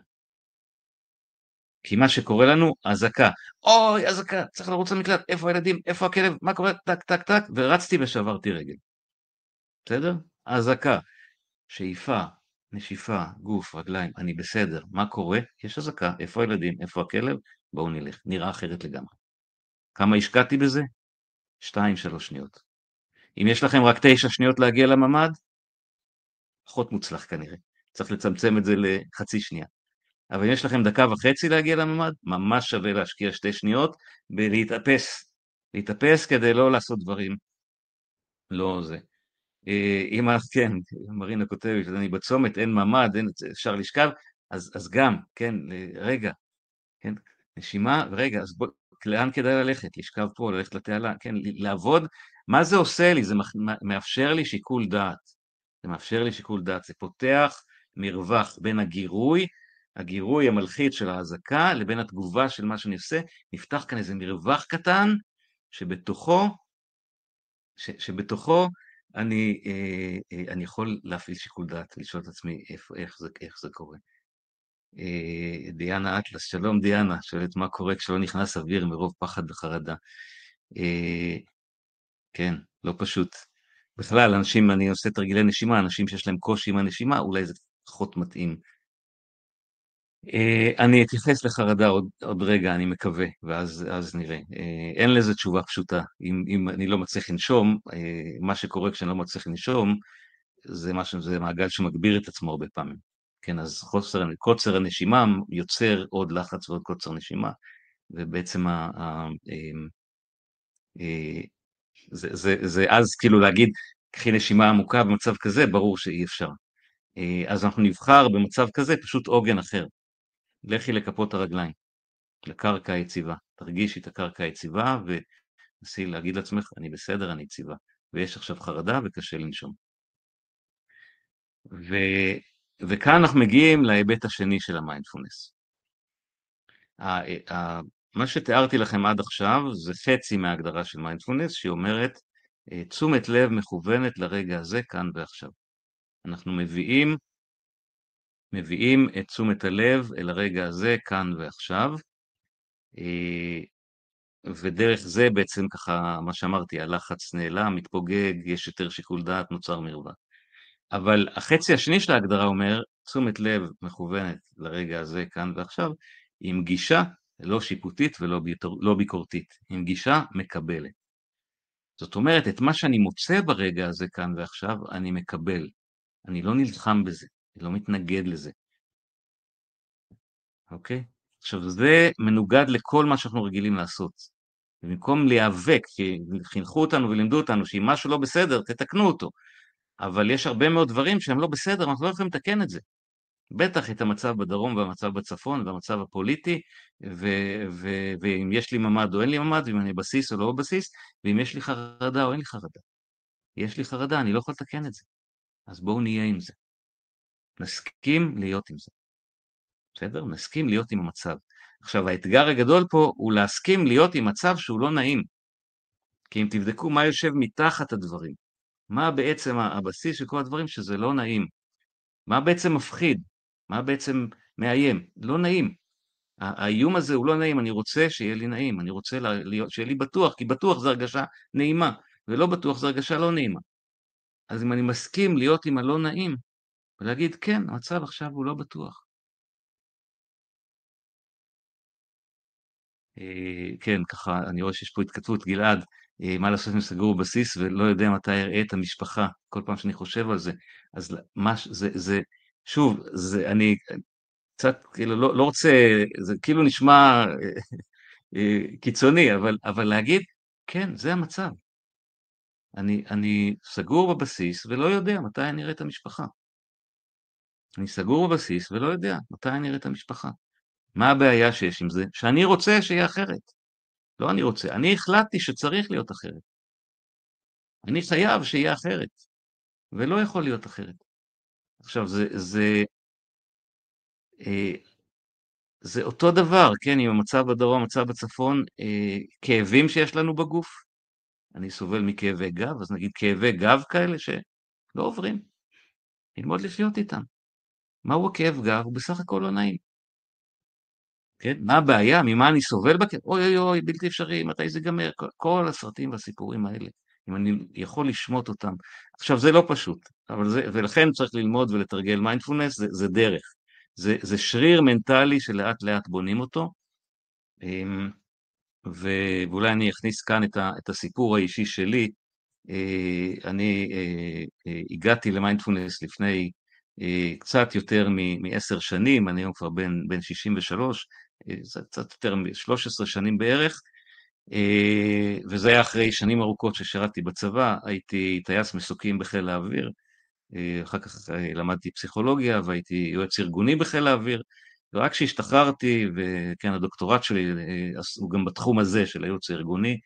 כי מה שקורה לנו, אזעקה. אוי, אזעקה, צריך לרוץ למקלט, איפה הילדים, איפה הכלב, מה קורה, טק, טק, טק, ורצתי ושברתי רגל. בסדר? אזעקה, שאיפה, נשיפה, גוף, רגליים, אני בסדר, מה קורה? יש אזעקה, איפה הילדים, איפה הכלב? בואו נלך, נראה אחרת לגמרי. כמה השקעתי בזה? 2-3 שניות. אם יש לכם רק 9 שניות להגיע לממ"ד, פחות מוצלח כנראה. צריך לצמצם את זה לחצי שנייה. אבל אם יש לכם 1.5 דקות להגיע לממ"ד, ממש שווה להשקיע 2 שניות בלהתאפס. להתאפס כדי לא לעשות דברים. לא זה. אם כן, מרינה כותבת, אני בצומת, אין ממ"ד, אפשר לשכב, אז גם, כן, רגע, כן, נשימה, ורגע, אז בוא, לאן כדאי ללכת? לשכב פה, ללכת לתעלה, כן, לעבוד, מה זה עושה לי? זה מאפשר לי שיקול דעת. זה מאפשר לי שיקול דעת, זה פותח מרווח בין הגירוי המלחיץ של האזעקה, לבין התגובה של מה שאני עושה, נפתח כאן איזה מרווח קטן, שבתוכו אני יכול להפעיל שיקול דעת ולשאול את עצמי איך זה קורה. דיאנה אטלס, שלום דיאנה, שואלת מה קורה כשלא נכנס אוויר מרוב פחד וחרדה. אה, כן, לא פשוט. בכלל, אנשים, אני עושה תרגילי נשימה, אנשים שיש להם קושי עם הנשימה, אולי זה פחות מתאים. אני אתייחס לחרדה עוד רגע, אני מקווה, ואז נראה. אין לזה תשובה פשוטה. אם אני לא מצליח לנשום, מה שקורה כשאני לא מצליח לנשום, זה מעגל שמגביר את עצמו הרבה פעמים. כן, אז קוצר הנשימה יוצר עוד לחץ ועוד קוצר נשימה, ובעצם אה, זה אז כאילו להגיד, קחי נשימה עמוקה במצב כזה, ברור שאי אפשר. אז אנחנו נבחר במצב כזה פשוט עוגן אחר. לכי לכפות הרגליים, לקרקע היציבה. תרגישי את הקרקע היציבה ונסי להגיד לעצמך, אני בסדר, אני יציבה. ויש עכשיו חרדה וקשה לנשום. וכאן אנחנו מגיעים להיבט השני של המיינדפולנס. מה שתיארתי לכם עד עכשיו זה חצי מההגדרה של מיינדפולנס, שהיא אומרת, תשומת לב מכוונת לרגע הזה, כאן ועכשיו. אנחנו מביאים את תשומת הלב אל הרגע הזה, כאן ועכשיו, ודרך זה בעצם ככה, מה שאמרתי, הלחץ נעלם, מתפוגג, יש יותר שיקול דעת, נוצר מרווח. אבל החצי השני של ההגדרה אומר, תשומת לב מכוונת לרגע הזה, כאן ועכשיו, עם גישה לא שיפוטית ולא לא ביקורתית, עם גישה מקבלת. זאת אומרת, את מה שאני מוצא ברגע הזה, כאן ועכשיו, אני מקבל. אני לא נלחם בזה, אני לא מתנגד לזה. אוקיי? עכשיו, זה מנוגד לכל מה שאנחנו רגילים לעשות. במקום להיאבק, כי חינכו אותנו ולימדו אותנו שאם משהו לא בסדר, תתקנו אותו. אבל יש הרבה מאוד דברים שהם לא בסדר, אנחנו לא יכולים לתקן את זה. בטח את המצב בדרום והמצב בצפון והמצב הפוליטי, ואם יש לי ממד או אין לי ממד, ואם אני בסיס או לא בסיס, ואם יש לי חרדה או אין לי חרדה. יש לי חרדה, אני לא יכול לתקן את זה. אז בואו נהיה עם זה. נסכים להיות עם זה. בסדר? נסכים להיות עם המצב. עכשיו, האתגר הגדול פה הוא להסכים להיות עם מצב שהוא לא נעים. כי אם תבדקו מה יושב מתחת הדברים, מה בעצם הבסיס של כל הדברים שזה לא נעים, מה בעצם מפחיד, מה בעצם מאיים, לא נעים. האיום הזה הוא לא נעים, אני רוצה שיהיה לי נעים, אני רוצה שיהיה לי בטוח, כי בטוח זה הרגשה נעימה, ולא בטוח זה הרגשה לא נעימה. אז אם אני מסכים להיות עם הלא נעים, ולהגיד, כן, המצב עכשיו הוא לא בטוח. כן, ככה, אני רואה שיש פה התכתבות, גלעד, מה לעשות אם סגור בסיס ולא יודע מתי אראה את המשפחה, כל פעם שאני חושב על זה. אז שוב, אני קצת, כאילו, לא רוצה, זה כאילו נשמע קיצוני, אבל להגיד, כן, זה המצב. אני סגור בבסיס ולא יודע מתי אני אראה את המשפחה. אני סגור בבסיס ולא יודע מתי אני אראה את המשפחה. מה הבעיה שיש עם זה? שאני רוצה שיהיה אחרת. לא אני רוצה, אני החלטתי שצריך להיות אחרת. אני חייב שיהיה אחרת, ולא יכול להיות אחרת. עכשיו, אה, זה אותו דבר, כן, עם המצב בדרום, המצב בצפון, כאבים שיש לנו בגוף. אני סובל מכאבי גב, אז נגיד כאבי גב כאלה שלא עוברים. ללמוד לחיות איתם. מהו הכאב גב? הוא בסך הכל לא נעים. כן? מה הבעיה? ממה אני סובל בכאב? אוי אוי אוי, בלתי אפשרי, מתי זה ייגמר? כל הסרטים והסיפורים האלה, אם אני יכול לשמוט אותם. עכשיו, זה לא פשוט, ולכן צריך ללמוד ולתרגל מיינדפולנס, זה דרך. זה שריר מנטלי שלאט לאט בונים אותו, ואולי אני אכניס כאן את הסיפור האישי שלי. אני הגעתי למיינדפולנס לפני קצת יותר מ10 שנים, אני היום כבר בן 63, זה קצת יותר מ13 שנים בערך, וזה היה אחרי שנים ארוכות ששירתתי בצבא, הייתי טייס מסוקים בחיל האוויר, אחר כך למדתי פסיכולוגיה והייתי יועץ ארגוני בחיל האוויר, ורק כשהשתחררתי, וכן, הדוקטורט שלי הוא גם בתחום הזה של הייעוץ הארגוני,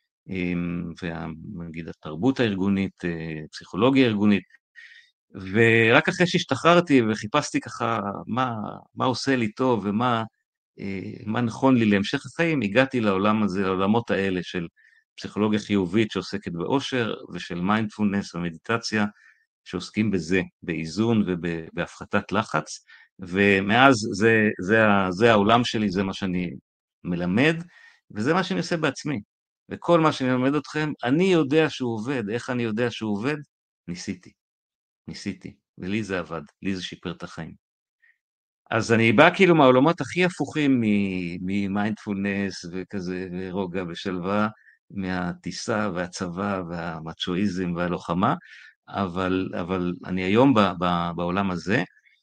ונגיד התרבות הארגונית, פסיכולוגיה ארגונית, ורק אחרי שהשתחררתי וחיפשתי ככה מה עושה לי טוב ומה נכון לי להמשך החיים, הגעתי לעולם הזה, לעולמות האלה של פסיכולוגיה חיובית שעוסקת באושר, ושל מיינדפולנס ומדיטציה שעוסקים בזה, באיזון ובהפחתת לחץ, ומאז זה העולם שלי, זה מה שאני מלמד, וזה מה שאני עושה בעצמי. וכל מה שאני מלמד אתכם, אני יודע שהוא עובד. איך אני יודע שהוא עובד? ניסיתי, ולי זה עבד, לי זה שיפר את החיים. אז אני בא כאילו מהעולמות הכי הפוכים ממיינדפולנס וכזה, ורוגע ושלווה, מהטיסה והצבא והמצ'ואיזם והלוחמה, אבל אני היום בעולם הזה,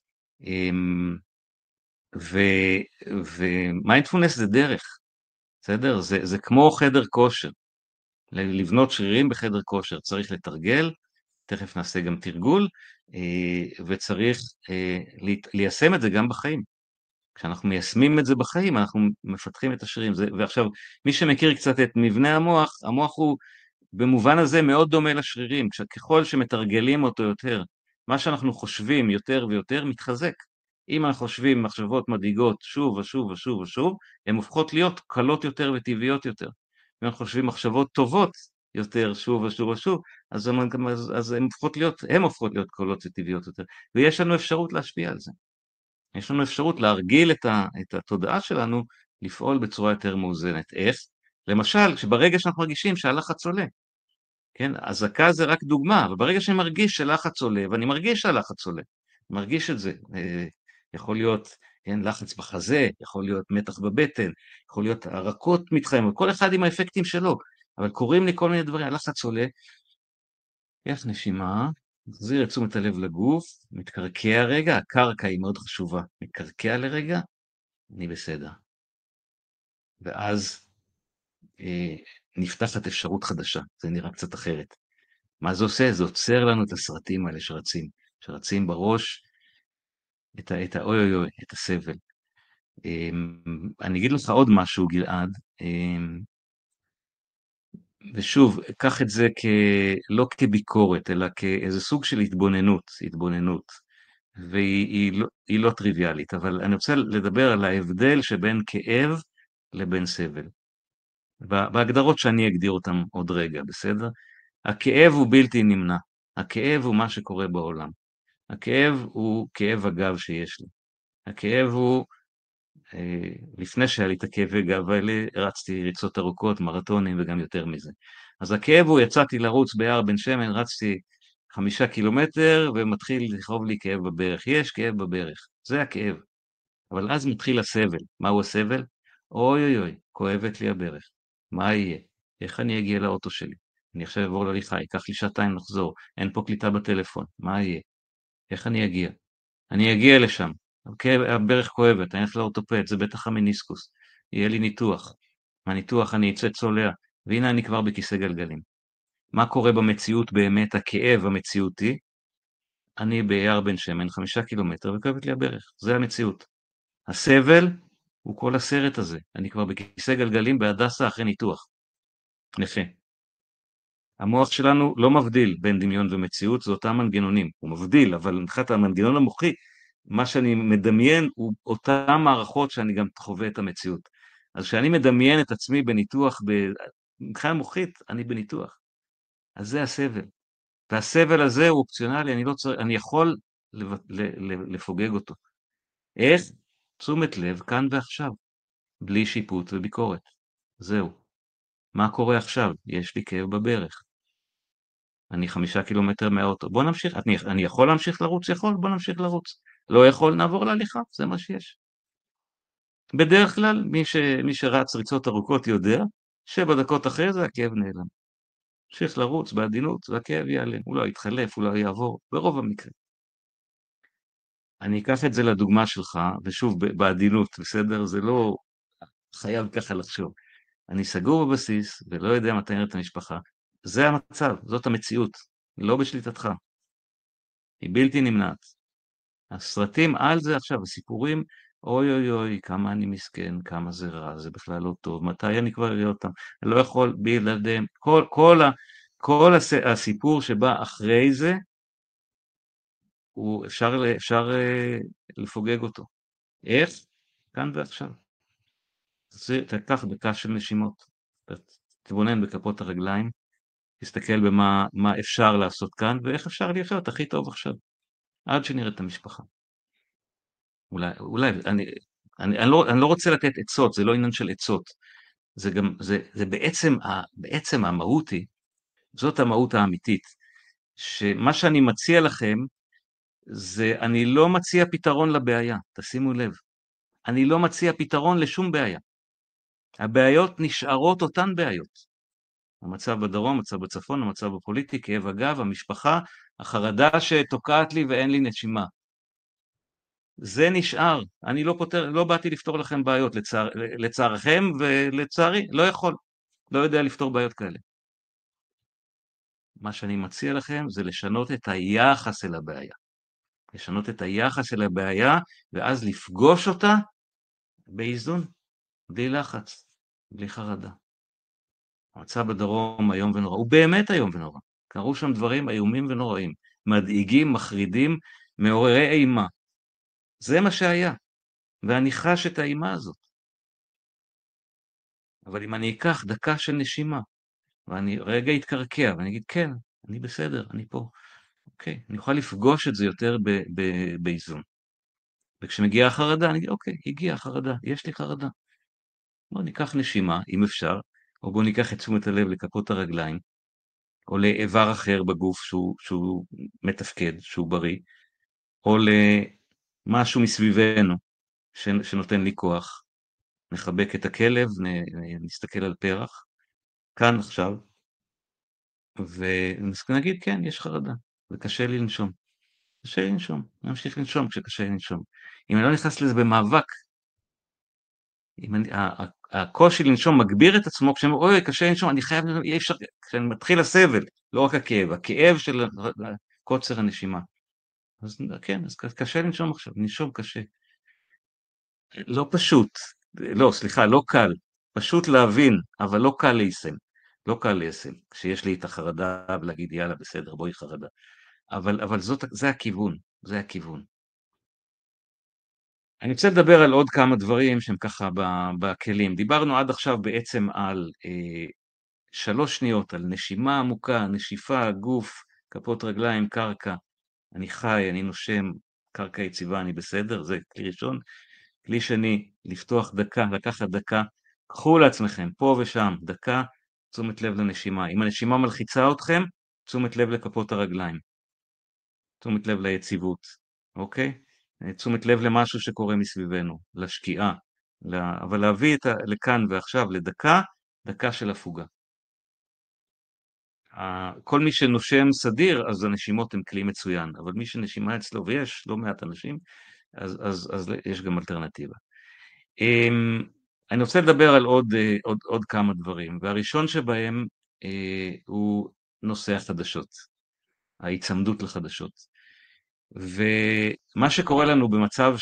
ומיינדפולנס זה דרך, בסדר? זה כמו חדר כושר, לבנות שרירים בחדר כושר, צריך לתרגל, תכף נעשה גם תרגול, וצריך ליישם את זה גם בחיים. כשאנחנו מיישמים את זה בחיים, אנחנו מפתחים את השרירים. ועכשיו, מי שמכיר קצת את מבנה המוח, המוח הוא במובן הזה מאוד דומה לשרירים, ככל שמתרגלים אותו יותר, מה שאנחנו חושבים יותר ויותר מתחזק. אם אנחנו חושבים מחשבות מדאיגות שוב ושוב ושוב ושוב, הן הופכות להיות קלות יותר וטבעיות יותר. אם אנחנו חושבים מחשבות טובות יותר שוב ושוב ושוב, אז הן הופכות להיות קלות וטבעיות יותר. ויש לנו אפשרות להשפיע על זה. יש לנו אפשרות להרגיל את התודעה שלנו לפעול בצורה יותר מאוזנת. איך? למשל, שברגע שאנחנו מרגישים שהלחץ עולה, כן? אזעקה זה רק דוגמה, אבל ברגע שאני מרגיש שלחץ עולה, ואני מרגיש שהלחץ עולה, מרגיש את זה, יכול להיות, כן, לחץ בחזה, יכול להיות מתח בבטן, יכול להיות הרכות מתחיים, כל אחד עם האפקטים שלו, אבל קוראים לי כל מיני דברים, הלחץ עולה, קח נשימה, מחזיר את תשומת הלב לגוף, מתקרקע רגע, הקרקע היא מאוד חשובה, מתקרקע לרגע, אני בסדר. ואז נפתחת אפשרות חדשה, זה נראה קצת אחרת. מה זה עושה? זה עוצר לנו את הסרטים האלה שרצים בראש, את האוי אוי אוי, את הסבל. אני אגיד לך עוד משהו, גלעד, ושוב, קח את זה לא כביקורת, אלא כאיזה סוג של התבוננות, והיא לא טריוויאלית, אבל אני רוצה לדבר על ההבדל שבין כאב לבין סבל. בהגדרות שאני אגדיר אותם עוד רגע, בסדר? הכאב הוא בלתי נמנע, הכאב הוא מה שקורה בעולם. הכאב הוא כאב הגב שיש לי. הכאב הוא, לפני שהיה לי את הכאבי גב האלה, רצתי ריצות ארוכות, מרתונים וגם יותר מזה. אז הכאב הוא, יצאתי לרוץ ביער בן שמן, רצתי 5 קילומטר ומתחיל לכאוב לי כאב בברך. יש כאב בברך, זה הכאב. אבל אז מתחיל הסבל. מהו הסבל? אוי אוי אוי, כואבת לי הברך. מה יהיה? איך אני אגיע לאוטו שלי? אני עכשיו אעבור להליכה, ייקח לי 2 לחזור, אין פה קליטה בטלפון, מה יהיה? איך אני אגיע? אני אגיע לשם, אוקיי, הברך כואבת, אני אלך לאורתופד, זה בטח המניסקוס, יהיה לי ניתוח, מהניתוח אני אצא צולע, והנה אני כבר בכיסא גלגלים. מה קורה במציאות באמת, הכאב המציאותי? אני ביער בן שמן 5 קילומטר וכואבת לי הברך, זה המציאות. הסבל הוא כל הסרט הזה, אני כבר בכיסא גלגלים בהדסה אחרי ניתוח, נכה. המוח שלנו לא מבדיל בין דמיון ומציאות, זה אותם מנגנונים, הוא מבדיל, אבל מבחינת המנגנון המוחי, מה שאני מדמיין הוא אותם מערכות שאני גם חווה את המציאות. אז כשאני מדמיין את עצמי בניתוח, מבחינה מוחית, אני בניתוח. אז זה הסבל. והסבל הזה הוא אופציונלי, אני יכול לפוגג אותו. איך? תשומת לב כאן ועכשיו, בלי שיפוט וביקורת. זהו. מה קורה עכשיו? יש לי כאב בברך. אני 5 קילומטר מהאוטו. בוא נמשיך. אני יכול להמשיך לרוץ? יכול? בוא נמשיך לרוץ. לא יכול? נעבור להליכה, זה מה שיש. בדרך כלל, מי שרץ ריצות ארוכות יודע, 7 דקות אחרי זה הכאב נעלם. המשיך לרוץ בעדינות והכאב ייעלם. הוא לא יתחלף, הוא לא יעבור, ברוב המקרה. אני אקח את זה לדוגמה שלך, ושוב, בעדינות, בסדר? זה לא חייב ככה לחשוב. אני סגור בבסיס, ולא יודע מתי נראית המשפחה. זה המצב, זאת המציאות, לא בשליטתך. היא בלתי נמנעת. הסרטים על זה עכשיו, הסיפורים, אוי אוי אוי, כמה אני מסכן, כמה זה רע, זה בכלל לא טוב, מתי אני כבר אראה אותם, אני לא יכול בלעדיהם, כל הסיפור שבא אחרי זה, אפשר לפוגג אותו. איך? כאן ועכשיו. תקח דקה של נשימות, תבונן בכפות הרגליים, תסתכל מה אפשר לעשות כאן, ואיך אפשר לחיות הכי טוב עכשיו, עד שנראה את המשפחה. אני לא רוצה לתת עצות, זה לא עניין של עצות. זה גם, זה בעצם המהות היא, זאת המהות האמיתית, שמה שאני מציע לכם, זה אני לא מציע פתרון לבעיה, תשימו לב. אני לא מציע פתרון לשום בעיה. הבעיות נשארות אותן בעיות. המצב בדרום, המצב בצפון, המצב בפוליטי, כאב הגב, המשפחה, החרדה שתוקעת לי ואין לי נשימה. זה נשאר. אני לא באתי לפתור לכם בעיות, לצערכם ולצערי, לא יכול. לא יודע לפתור בעיות כאלה. מה שאני מציע לכם זה לשנות את היחס אל הבעיה. לשנות את היחס אל הבעיה, ואז לפגוש אותה באיזון, בלי לחץ, בלי חרדה. המצב בדרום איום ונורא, הוא באמת איום ונורא. קרו שם דברים איומים ונוראים, מדאיגים, מחרידים, מעוררי אימה. זה מה שהיה, ואני חש את האימה הזאת. אבל אם אני אקח דקה של נשימה, ואני רגע אתקרקע, ואני אגיד, כן, אני בסדר, אני פה. אוקיי, אני אוכל לפגוש את זה יותר באיזון. וכשמגיעה החרדה, אני אגיד, אוקיי, הגיעה החרדה, יש לי חרדה. בואו ניקח נשימה, אם אפשר, או בואו ניקח את תשומת הלב לכפות הרגליים, או לאיבר אחר בגוף שהוא מתפקד, שהוא בריא, או למשהו מסביבנו שנותן לי כוח. נחבק את הכלב, נסתכל על פרח, כאן עכשיו, ונגיד, כן, יש חרדה, וקשה לי לנשום. קשה לי לנשום, אני ממשיך לנשום כשקשה לי לנשום. אם אני לא נכנס לזה במאבק, הקושי לנשום מגביר את עצמו, כשאני אומר, אוי, קשה לנשום, אני חייב לנשום, אי אפשר, כשאני מתחיל הסבל, לא רק הכאב, הכאב של קוצר הנשימה. אז כן, אז קשה לנשום עכשיו, ננשום קשה. לא פשוט, לא, סליחה, לא קל, פשוט להבין, אבל לא קל ליישם. לא קל ליישם, כשיש לי את החרדה ולהגיד, יאללה, בסדר, בואי חרדה. אבל זה הכיוון, זה הכיוון. אני רוצה לדבר על עוד כמה דברים שהם ככה בכלים. דיברנו עד עכשיו בעצם על 3 שניות, על נשימה עמוקה, נשיפה, גוף, כפות רגליים, קרקע. אני חי, אני נושם, קרקע יציבה, אני בסדר, זה כלי ראשון. כלי שני, לפתוח דקה, לקחת דקה, קחו לעצמכם, פה ושם, דקה, תשומת לב לנשימה. אם הנשימה מלחיצה אתכם, תשומת לב לכפות הרגליים. תשומת לב ליציבות, אוקיי? תשומת לב למשהו שקורה מסביבנו, לשקיעה, אבל להביא לכאן ועכשיו לדקה, דקה של הפוגה. כל מי שנושם סדיר, אז הנשימות הן כלי מצוין, אבל מי שנשימה אצלו, ויש לא מעט אנשים, אז יש גם אלטרנטיבה. אני רוצה לדבר על עוד כמה דברים, והראשון שבהם הוא נושא החדשות, ההיצמדות לחדשות. ומה שקורה לנו במצב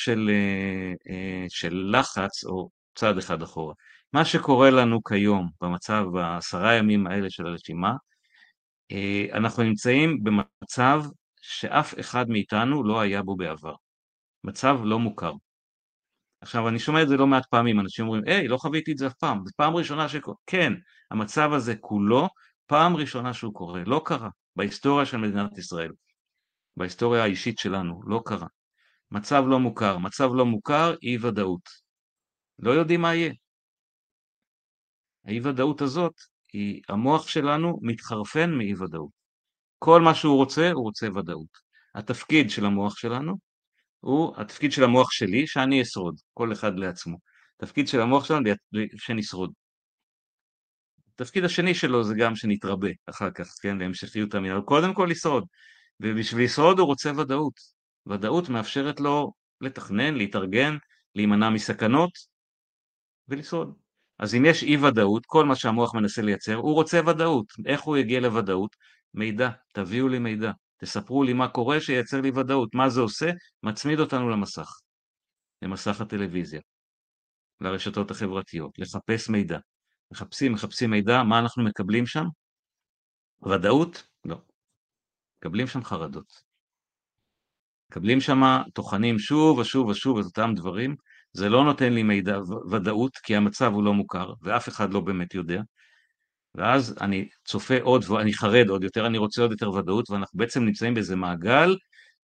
של לחץ, או צעד אחד אחורה, מה שקורה לנו כיום במצב, ב10 ימים האלה של הלחימה, אנחנו נמצאים במצב שאף אחד מאיתנו לא היה בו בעבר. מצב לא מוכר. עכשיו, אני שומע את זה לא מעט פעמים, אנשים אומרים, היי, לא חוויתי את זה אף פעם, זו פעם ראשונה שקורה. כן, המצב הזה כולו, פעם ראשונה שהוא קורה, לא קרה, בהיסטוריה של מדינת ישראל. בהיסטוריה האישית שלנו, לא קרה. מצב לא מוכר, מצב לא מוכר, אי ודאות. לא יודעים מה יהיה. האי ודאות הזאת, המוח שלנו מתחרפן מאי ודאות. כל מה שהוא רוצה ודאות. התפקיד של המוח שלנו, התפקיד של המוח שלי, שאני אשרוד, כל אחד לעצמו. התפקיד של המוח שלנו, שנשרוד. התפקיד השני שלו זה גם שנתרבה אחר כך, כן, להמשכיות המין, אבל קודם כל לשרוד. ובשביל לשרוד הוא רוצה ודאות. ודאות מאפשרת לו לתכנן, להתארגן, להימנע מסכנות ולשרוד. אז אם יש אי ודאות, כל מה שהמוח מנסה לייצר, הוא רוצה ודאות. איך הוא יגיע לוודאות? מידע, תביאו לי מידע, תספרו לי מה קורה שייצר לי ודאות. מה זה עושה? מצמיד אותנו למסך, למסך הטלוויזיה, לרשתות החברתיות, לחפש מידע. מחפשים מידע, מה אנחנו מקבלים שם? ודאות? לא. מקבלים שם חרדות. מקבלים שם, טוחנים שוב ושוב ושוב את אותם דברים, זה לא נותן לי מידע ודאות, כי המצב הוא לא מוכר, ואף אחד לא באמת יודע, ואז אני צופה עוד, ואני חרד עוד יותר, אני רוצה עוד יותר ודאות, ואנחנו בעצם נמצאים באיזה מעגל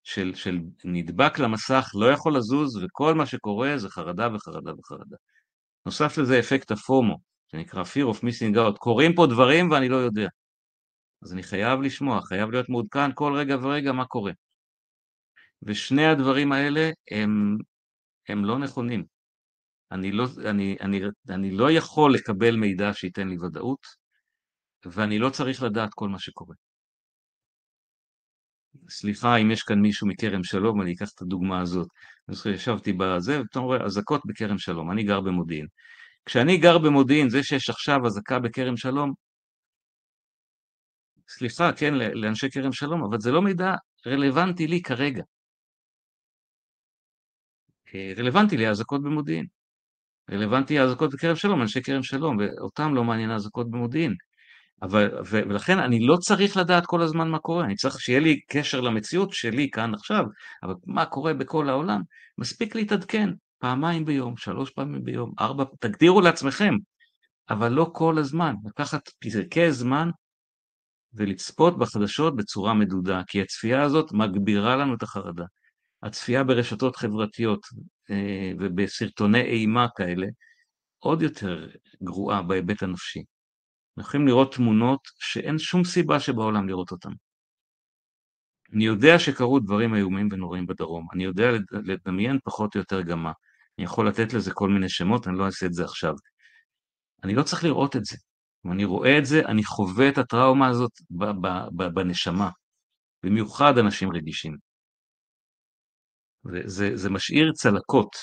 של נדבק למסך, לא יכול לזוז, וכל מה שקורה זה חרדה וחרדה וחרדה. נוסף לזה אפקט הפומו, שנקרא fear of missing out. קורים פה דברים ואני לא יודע. אז אני חייב לשמוע, חייב להיות מעודכן כל רגע ורגע מה קורה. ושני הדברים האלה הם לא נכונים. אני לא יכול לקבל מידע שייתן לי ודאות, ואני לא צריך לדעת כל מה שקורה. סליחה אם יש כאן מישהו מכרם שלום, אני אקח את הדוגמה הזאת. אז ישבתי בזה, ואתה רואה, אזעקות בכרם שלום, אני גר במודיעין. כשאני גר במודיעין, זה שיש עכשיו אזעקה בכרם שלום, סליחה, כן, לאנשי כרם שלום, אבל זה לא מידע רלוונטי לי כרגע. רלוונטי לי האזעקות במודיעין. רלוונטי האזעקות בכרם שלום, אנשי כרם שלום, ואותם לא מעניין האזעקות במודיעין. ולכן אני לא צריך לדעת כל הזמן מה קורה, אני צריך שיהיה לי קשר למציאות שלי כאן עכשיו, אבל מה קורה בכל העולם, מספיק להתעדכן פעמיים ביום, 3 פעמים ביום, 4, תגדירו לעצמכם, אבל לא כל הזמן, לקחת פרקי זמן ולצפות בחדשות בצורה מדודה, כי הצפייה הזאת מגבירה לנו את החרדה. הצפייה ברשתות חברתיות ובסרטוני אימה כאלה, עוד יותר גרועה בהיבט הנפשי. אנחנו יכולים לראות תמונות שאין שום סיבה שבעולם לראות אותן. אני יודע שקרו דברים איומים ונוראים בדרום, אני יודע לדמיין פחות או יותר גם מה. אני יכול לתת לזה כל מיני שמות, אני לא אעשה את זה עכשיו. אני לא צריך לראות את זה. אם אני רואה את זה, אני חווה את הטראומה הזאת בנשמה. במיוחד אנשים רגישים. זה משאיר צלקות.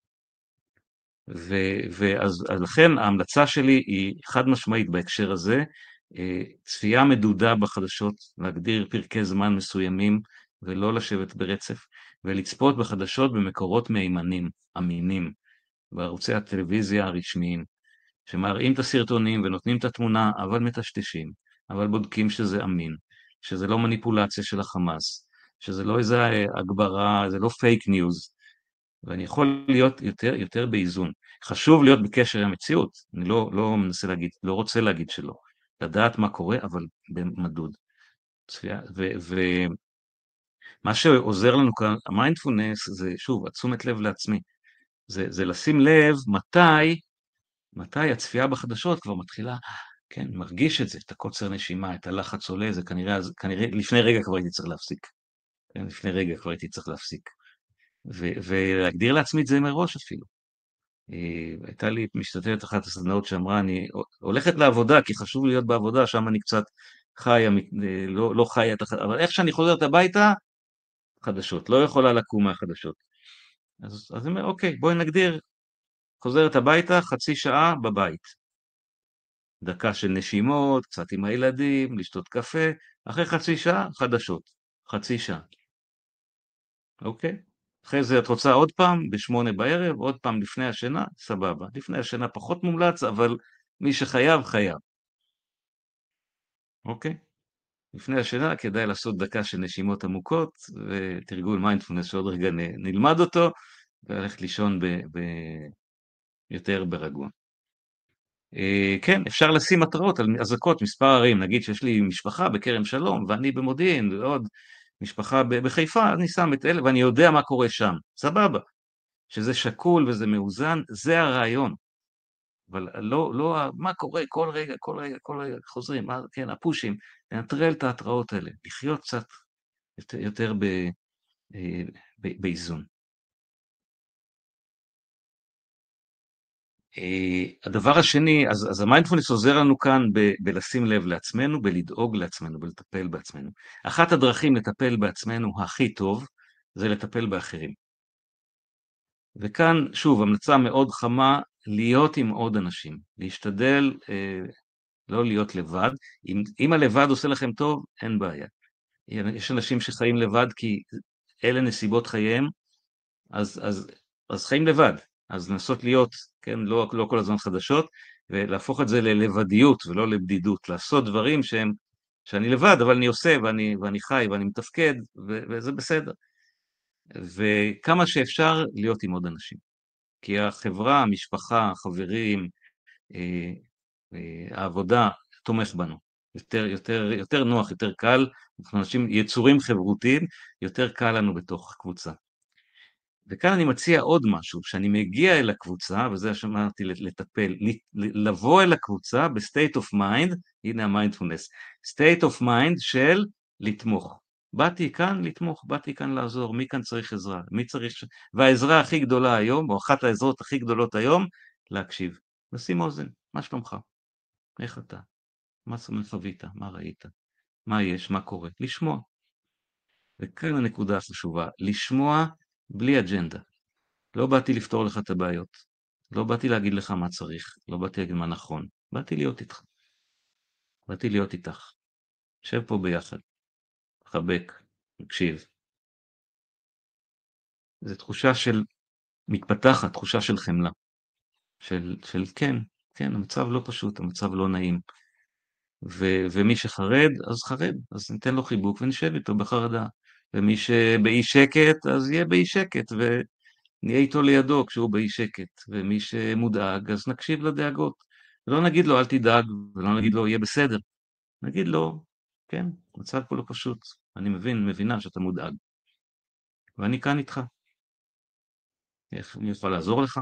ואז לכן ההמלצה שלי היא חד משמעית בהקשר הזה, צפייה מדודה בחדשות, להגדיר פרקי זמן מסוימים ולא לשבת ברצף, ולצפות בחדשות במקורות מהימנים, אמינים, בערוצי הטלוויזיה הרשמיים, שמראים את הסרטונים ונותנים את התמונה, אבל מטשטשים, אבל בודקים שזה אמין, שזה לא מניפולציה של החמאס, שזה לא איזה הגברה, זה לא פייק ניוז, ואני יכול להיות יותר באיזון. חשוב להיות בקשר עם המציאות, אני לא מנסה להגיד, לא רוצה להגיד שלא. לדעת מה קורה, אבל במדוד. ומה שעוזר לנו כאן, המיינדפולנס, זה שוב, התשומת לב לעצמי. זה לשים לב מתי הצפייה בחדשות כבר מתחילה, כן, מרגיש את זה, את הקוצר נשימה, את הלחץ עולה, זה כנראה לפני רגע כבר הייתי צריך להפסיק. כן, לפני רגע כבר הייתי צריך להפסיק. ולהגדיר לעצמי את זה מראש אפילו. הייתה לי משתתפת אחת הסדנאות שאמרה, אני הולכת לעבודה, כי חשוב להיות בעבודה, שם אני קצת חיה, לא חיה, אבל איך שאני חוזרת הביתה, חדשות, לא יכולה לקום מהחדשות. אז אני אומר, אוקיי, בואי נגדיר, חוזרת הביתה, חצי שעה בבית. דקה של נשימות, קצת עם הילדים, לשתות קפה, אחרי חצי שעה, חדשות. חצי שעה. אוקיי? אחרי זה את רוצה עוד פעם, ב8 בערב, עוד פעם לפני השינה, סבבה. לפני השינה פחות מומלץ, אבל מי שחייב, חייב. אוקיי? לפני השינה כדאי לעשות דקה של נשימות עמוקות, ותרגול מיינדפולנס שעוד רגע נלמד אותו, וללכת לישון יותר ברגוע. כן, אפשר לשים מטרות על אזעקות, מספר ערים, נגיד שיש לי משפחה בכרם שלום, ואני במודיעין, ועוד משפחה בחיפה, אני שם את אלה, ואני יודע מה קורה שם, סבבה. שזה שקול וזה מאוזן, זה הרעיון. אבל לא מה קורה כל רגע, כל רגע, חוזרים, כן, הפושים, לנטרל את ההתראות האלה, לחיות קצת יותר באיזון. הדבר השני, אז המיינדפולנס עוזר לנו כאן בלשים לב לעצמנו, בלדאוג לעצמנו, בלטפל בעצמנו. אחת הדרכים לטפל בעצמנו הכי טוב, זה לטפל באחרים. וכאן, שוב, המלצה מאוד חמה, להיות עם עוד אנשים, להשתדל לא להיות לבד. אם הלבד עושה לכם טוב, אין בעיה. יש אנשים שחיים לבד כי אלה נסיבות חייהם, אז חיים לבד. אז לנסות להיות, כן, לא כל הזמן חדשות, ולהפוך את זה ללבדיות ולא לבדידות, לעשות דברים שאני לבד, אבל אני עושה ואני חי ואני מתפקד, וזה בסדר. וכמה שאפשר להיות עם עוד אנשים. כי החברה, המשפחה, החברים, העבודה, תומך בנו. יותר נוח, יותר קל, אנחנו אנשים, יצורים חברותיים, יותר קל לנו בתוך קבוצה. וכאן אני מציע עוד משהו, שאני מגיע אל הקבוצה, וזה שאמרתי לטפל, לבוא אל הקבוצה ב-state of mind, הנה ה-mindfulness, state of mind של לתמוך. באתי כאן לתמוך, באתי כאן לעזור, מי כאן צריך עזרה, מי צריך... והעזרה הכי גדולה היום, או אחת העזרות הכי גדולות היום, להקשיב. לשים אוזן, מה שלומך? איך אתה? מה חווית? מה ראית? מה יש? מה קורה? לשמוע. וכאן הנקודה החשובה, לשמוע בלי אג'נדה. לא באתי לפתור לך את הבעיות, לא באתי להגיד לך מה צריך, לא באתי להגיד מה נכון, באתי להיות איתך, באתי להיות איתך. שב פה ביחד, חבק, מקשיב. זו תחושה של מתפתחת, תחושה של חמלה, של כן, כן, המצב לא פשוט, המצב לא נעים. ומי שחרד, אז חרד, אז ניתן לו חיבוק ונשב איתו בחרדה. ומי שבאי שקט, אז יהיה באי שקט, נהיה איתו לידו כשהוא באי שקט, ומי שמודאג, אז נקשיב לדאגות. לא נגיד לו אל תדאג, ולא נגיד לו יהיה בסדר. נגיד לו, כן, מצב פה לא פשוט, אני מבינה שאתה מודאג. ואני כאן איתך. איך אני יכול לעזור לך?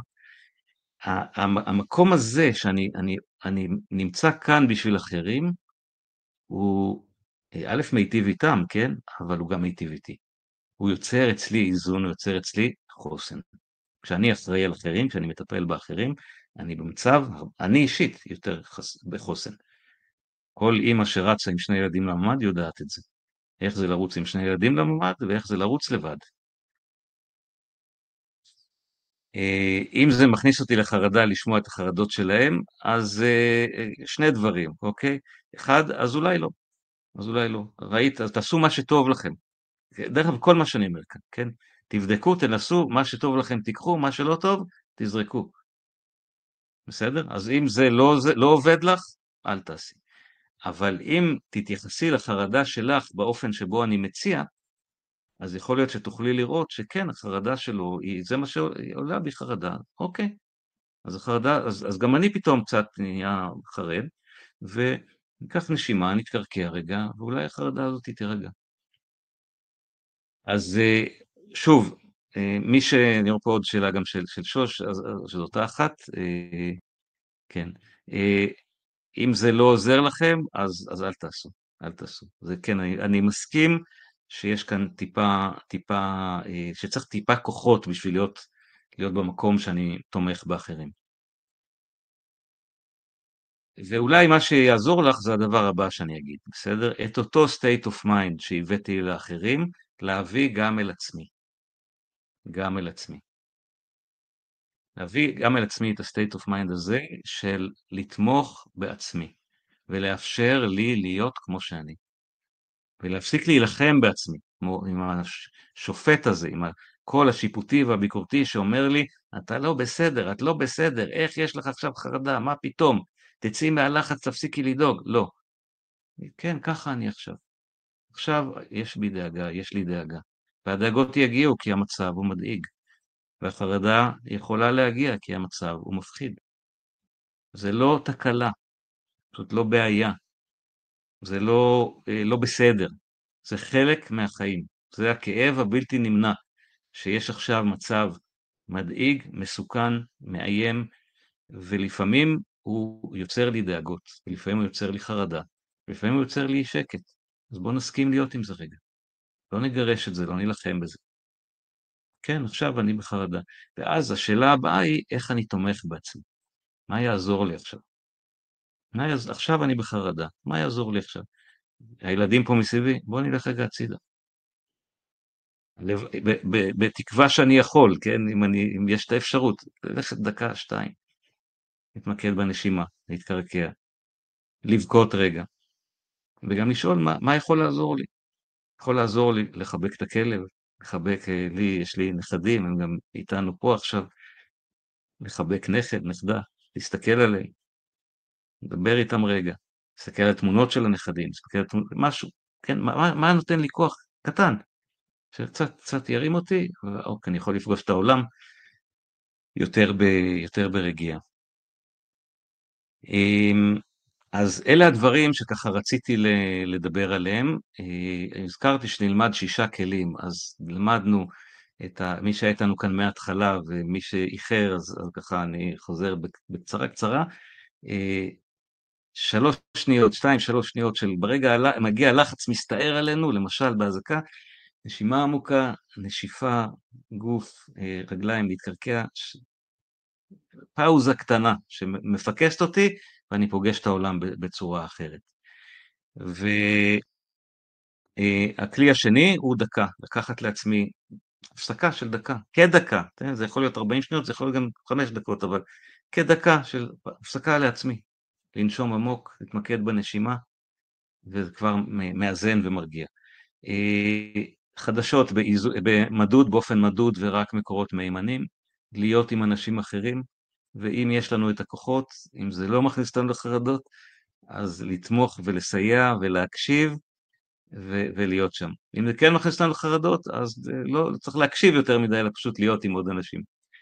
המקום הזה שאני נמצא כאן בשביל אחרים, הוא א' מיטיב איתם, כן? אבל הוא גם מיטיב איתי. הוא יוצר אצלי איזון, הוא יוצר אצלי חוסן. כשאני אחראי על אחרים, כשאני מטפל באחרים, אני במצב, אני אישית יותר בחוסן. כל אימא שרצה עם שני ילדים לממ"ד יודעת את זה. איך זה לרוץ עם שני ילדים לממ"ד ואיך זה לרוץ לבד. אם זה מכניס אותי לחרדה לשמוע את החרדות שלהם, אז שני דברים, אוקיי? אחד, אז אולי לא. אז אולי לא. ראית, אז תעשו מה שטוב לכם. דרך אגב, כל מה שאני אומר כאן, כן? תבדקו, תנסו, מה שטוב לכם תיקחו, מה שלא טוב, תזרקו. בסדר? אז אם זה לא עובד לך, אל תעשי. אבל אם תתייחסי לחרדה שלך באופן שבו אני מציע, אז יכול להיות שתוכלי לראות שכן, החרדה שלו, זה מה שעולה בי חרדה, אוקיי. אז החרדה, אז גם אני פתאום קצת נהיה חרד, וניקח נשימה, נתקרקע רגע, ואולי החרדה הזאת תירגע. אז שוב, אני רואה פה עוד שאלה גם של שוש, שזאת אותה אחת, כן. אם זה לא עוזר לכם, אז אל תעשו, אל תעשו. זה כן, אני מסכים שיש כאן שצריך טיפה כוחות בשביל להיות במקום שאני תומך באחרים. ואולי מה שיעזור לך זה הדבר הבא שאני אגיד, בסדר? את אותו state of mind שהבאתי לאחרים, להביא גם אל עצמי. גם אל עצמי. להביא גם אל עצמי את ה-state of mind הזה של לתמוך בעצמי, ולאפשר לי להיות כמו שאני. ולהפסיק להילחם בעצמי, כמו עם השופט הזה, עם הקול השיפוטי והביקורתי שאומר לי, אתה לא בסדר, את לא בסדר, איך יש לך עכשיו חרדה, מה פתאום? תצאי מהלחץ, תפסיקי לדאוג. לא. כן, ככה אני עכשיו. עכשיו יש בי דאגה, יש לי דאגה. והדאגות יגיעו כי המצב הוא מדאיג. והחרדה יכולה להגיע כי המצב הוא מפחיד. זה לא תקלה, זאת לא בעיה. זה לא בסדר. זה חלק מהחיים. זה הכאב הבלתי נמנע, שיש עכשיו מצב מדאיג, מסוכן, מאיים, ולפעמים הוא יוצר לי דאגות, ולפעמים הוא יוצר לי חרדה, ולפעמים הוא יוצר לי שקט. אז בואו נסכים להיות עם זה רגע. לא נגרש את זה, לא נילחם בזה. כן, עכשיו אני בחרדה. ואז השאלה הבאה היא, איך אני תומך בעצמי? מה יעזור לי עכשיו? עכשיו אני בחרדה, מה יעזור לי עכשיו? הילדים פה מסביבי, בואו נלך רגע הצידה. בתקווה שאני יכול, כן? אם יש את האפשרות, ללכת דקה, שתיים, להתמקד בנשימה, להתקרקע, לבכות רגע, וגם לשאול מה יכול לעזור לי. יכול לעזור לי לחבק את הכלב, יש לי נכדים, הם גם איתנו פה עכשיו, לחבק נכד, נכדה, להסתכל עליהם, לדבר איתם רגע, להסתכל על התמונות של הנכדים, להסתכל על משהו, כן? מה נותן לי כוח קטן? שקצת ירים אותי, ואוקיי, אני יכול לפגוש את העולם יותר ברגיעה. אז אלה הדברים שככה רציתי לדבר עליהם. הזכרתי שנלמד 6 כלים, אז למדנו מי שהיה איתנו כאן מההתחלה ומי שאיחר, אז ככה אני חוזר בקצרה קצרה. 3 שניות, 2-3 שניות של ברגע מגיע לחץ מסתער עלינו, למשל בהזקה, נשימה עמוקה, נשיפה, גוף, רגליים להתקרקע, פאוזה קטנה שמפקסת אותי, ואני פוגש את העולם בצורה אחרת. והכלי השני הוא דקה, לקחת לעצמי הפסקה של דקה, כדקה, זה יכול להיות 40 שניות, זה יכול להיות גם 5 דקות, אבל כדקה של הפסקה לעצמי, לנשום עמוק, להתמקד בנשימה, וזה כבר מאזן ומרגיע. חדשות במדוד, באופן מדוד ורק מקורות מהימנים, להיות עם אנשים אחרים, ואם יש לנו את הכוחות, אם זה לא מכניס אותנו לחרדות, אז לתמוך ולסייע ולהקשיב ולהיות שם. אם זה כן מכניס אותנו לחרדות, אז לא צריך להקשיב יותר מדי, אלא פשוט להיות עם עוד אנשים,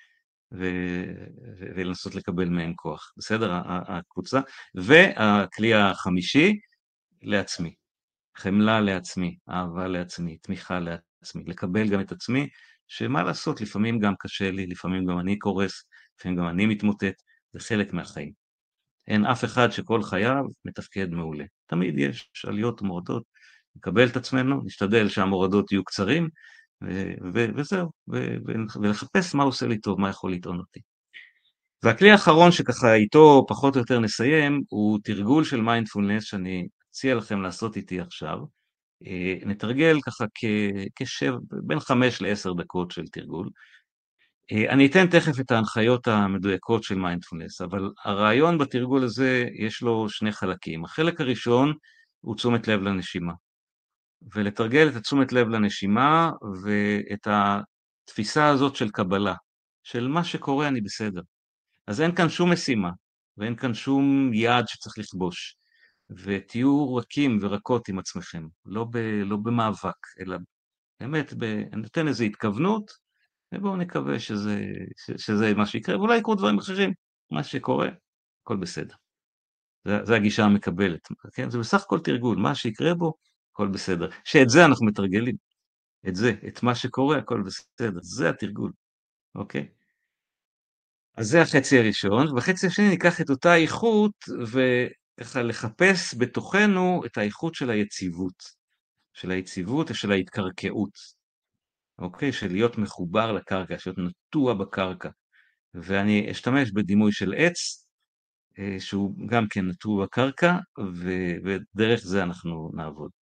ולנסות לקבל מהם כוח. בסדר? הקבוצה. והכלי החמישי, לעצמי. חמלה לעצמי, אהבה לעצמי, תמיכה לעצמי, לקבל גם את עצמי, שמה לעשות, לפעמים גם קשה לי, לפעמים גם אני קורס, לפעמים גם אני מתמוטט, זה חלק מהחיים. אין אף אחד שכל חייו מתפקד מעולה. תמיד יש עליות ומורדות, נקבל את עצמנו, נשתדל שהמורדות יהיו קצרים, וזהו, ולחפש מה עושה לי טוב, מה יכול לטעון אותי. והכלי האחרון שככה איתו פחות או יותר נסיים, הוא תרגול של מיינדפולנס שאני אציע לכם לעשות איתי עכשיו. נתרגל ככה בין 5 ל10 דקות של תרגול. אני אתן תכף את ההנחיות המדויקות של מיינדפולנס, אבל הרעיון בתרגול הזה יש לו 2 חלקים. החלק הראשון הוא תשומת לב לנשימה, ולתרגל את התשומת לב לנשימה ואת התפיסה הזאת של קבלה, של מה שקורה אני בסדר. אז אין כאן שום משימה, ואין כאן שום יעד שצריך לכבוש, ותהיו רכים ורקות עם עצמכם, לא במאבק, אלא באמת, אני נותן איזו התכוונות, ובואו נקווה שזה מה שיקרה, ואולי יקרו דברים אחרים, מה שקורה, הכל בסדר. זה הגישה המקבלת, כן? זה בסך הכל תרגול, מה שיקרה בו, הכל בסדר. שאת זה אנחנו מתרגלים, את מה שקורה, הכל בסדר, זה התרגול, אוקיי? אז זה החצי הראשון, ובחצי השני ניקח את אותה איכות, וככה לחפש בתוכנו את האיכות של היציבות ושל ההתקרקעות, אוקיי? של להיות מחובר לקרקע, של להיות נטוע בקרקע. ואני אשתמש בדימוי של עץ, שהוא גם כן נטוע בקרקע, ודרך זה אנחנו נעבוד.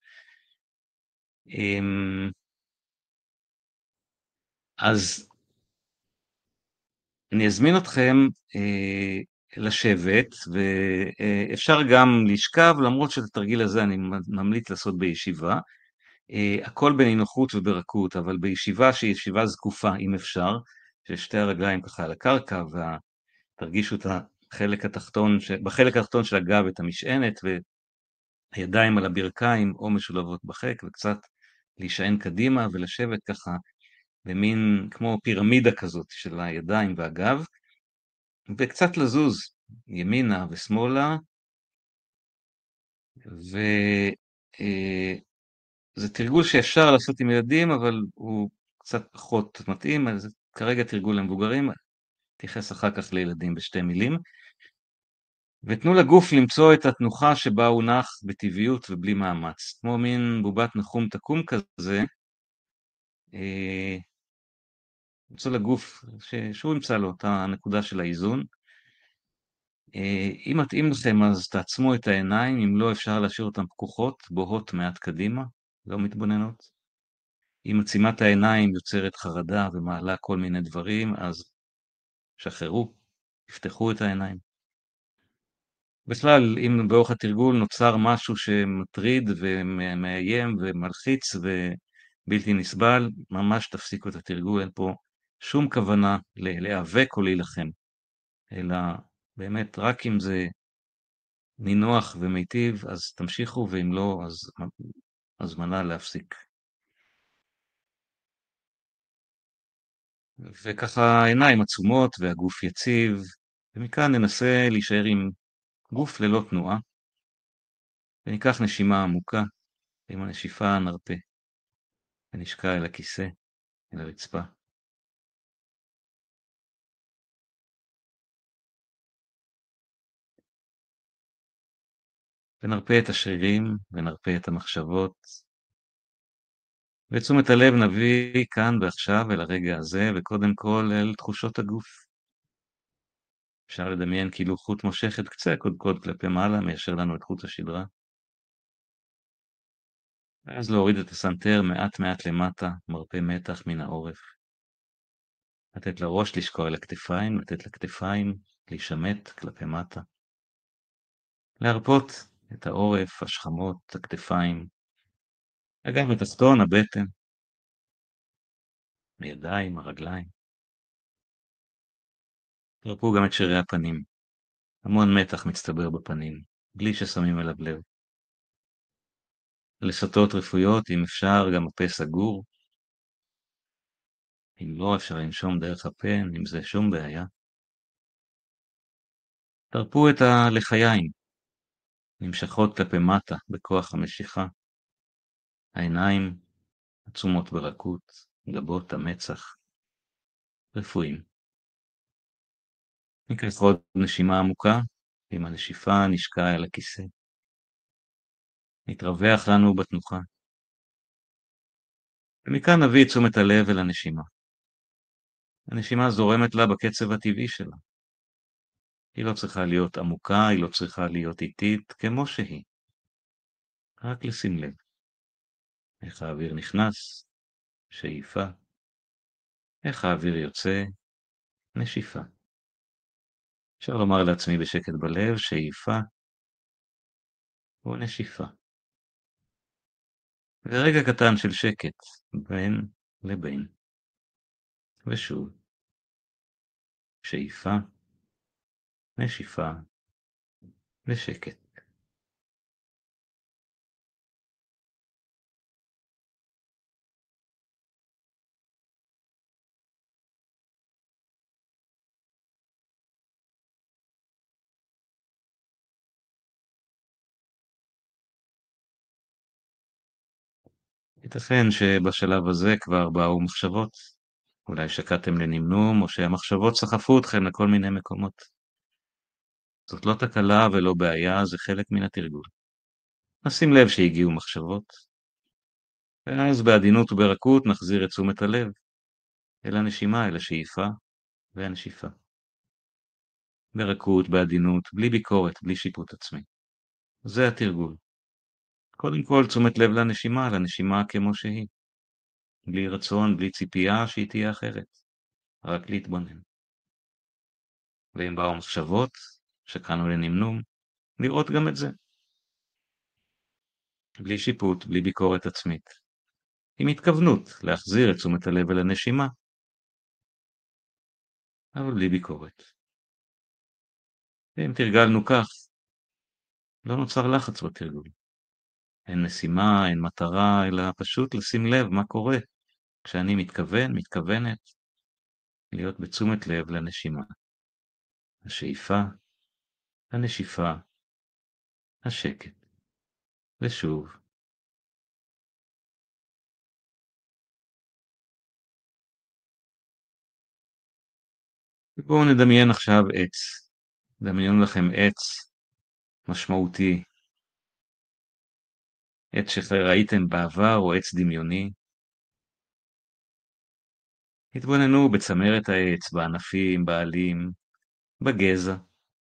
אז אני אזמין אתכם לשבת, ואפשר גם לשכב, למרות שאת התרגיל הזה אני ממליץ לעשות בישיבה. הכל בנינוחות וברכות, אבל בישיבה שהיא ישיבה זקופה, אם אפשר, ששתי הרגליים ככה על הקרקע, ותרגישו את החלק התחתון, בחלק התחתון של הגב את המשענת, והידיים על הברכיים או משולבות בחק, וקצת להישען קדימה ולשבת ככה במין כמו פירמידה כזאת של הידיים והגב, וקצת לזוז ימינה ושמאלה, וזה תרגול שאפשר לעשות עם ילדים, אבל הוא קצת פחות מתאים, אז כרגע תרגול למבוגרים, תייחס אחר כך לילדים בשתי מילים, ותנו לגוף למצוא את התנוחה שבה הוא נח בטבעיות ובלי מאמץ, כמו מין בובת נחום תקום כזה, למצוא לגוף שהוא ימצא לו את הנקודה של האיזון. אם מתאים לכם אז תעצמו את העיניים, אם לא אפשר להשאיר אותן פקוחות, בוהות מעט קדימה, לא מתבוננות. אם עצימת העיניים יוצרת חרדה ומעלה כל מיני דברים, אז שחררו, תפתחו את העיניים. בכלל, אם באורך התרגול נוצר משהו שמטריד ומאיים ומלחיץ ובלתי נסבל, ממש תפסיקו את התרגול, אין פה שום כוונה להיאבק או להילחם, אלא באמת רק אם זה נינוח ומיטיב, אז תמשיכו, ואם לא, אז הזמנה להפסיק. וככה העיניים עצומות והגוף יציב, ומכאן ננסה להישאר עם גוף ללא תנועה, וניקח נשימה עמוקה, עם הנשיפה נרפה, ונשקע אל הכיסא, אל הרצפה. ונרפה את השרירים, ונרפה את המחשבות. ואת תשומת הלב נביא כאן ועכשיו אל הרגע הזה, וקודם כל אל תחושות הגוף. אפשר לדמיין כאילו חוט מושך את קצה הקודקוד כלפי מעלה, מיישר לנו את חוט השדרה. ואז להוריד את הסנטר מעט מעט למטה, מרפה מתח מן העורף. לתת לראש לשקוע אל הכתפיים, לתת לכתפיים להישמט כלפי מטה. להרפות את העורף, השכמות, הכתפיים, הגב התחתון, הבטן, הידיים, הרגליים. תרפו גם את שרירי הפנים. המון מתח מצטבר בפנים, בלי ששמים אליו לב. לסטות רפואיות, אם אפשר, גם הפה סגור. אם לא, אפשר לנשום דרך הפה, עם זה שום בעיה. תרפו את הלחיים, נמשכות כלפי מטה בכוח המשיכה. העיניים עצומות ברכות, גבות המצח, רפואים. ניקח עוד נשימה עמוקה, עם הנשיפה נשקע אל הכיסא. נתרווח לנו בתנוחה. ומכאן נביא את תשומת הלב אל הנשימה. הנשימה זורמת לה בקצב הטבעי שלה. היא לא צריכה להיות עמוקה, היא לא צריכה להיות איטית, כמו שהיא. רק לשים לב. איך האוויר נכנס, שאיפה. איך האוויר יוצא, נשיפה. אפשר לומר לעצמי בשקט בלב, שאיפה ונשיפה. ורגע קטן של שקט, בין לבין. ושוב. שאיפה, נשיפה ושקט. ייתכן שבשלב הזה כבר באו מחשבות. אולי שקעתם לנמנום, או שהמחשבות סחפו אתכם לכל מיני מקומות. זאת לא תקלה ולא בעיה, זה חלק מן התרגול. נשים לב שהגיעו מחשבות, ואז בעדינות וברכות נחזיר את תשומת הלב אל הנשימה, אל השאיפה והנשיפה. ברכות, בעדינות, בלי ביקורת, בלי שיפוט עצמי. זה התרגול. קודם כל תשומת לב לנשימה, לנשימה כמו שהיא. בלי רצון, בלי ציפייה שהיא תהיה אחרת. רק להתבונן. ואם באו מחשבות, שקענו לנמנום, לראות גם את זה. בלי שיפוט, בלי ביקורת עצמית. עם התכוונות להחזיר את תשומת הלב אל הנשימה, אבל בלי ביקורת. ואם תרגלנו כך, לא נוצר לחץ בתרגול. אין משימה, אין מטרה, אלא פשוט לשים לב מה קורה כשאני מתכוונת, להיות בתשומת לב לנשימה. השאיפה, הנשיפה, השקט. ושוב. בואו נדמיין עכשיו עץ. דמיינו לכם עץ משמעותי. עץ שראיתם בעבר או עץ דמיוני. התבוננו בצמרת העץ, בענפים, בעלים, בגזע.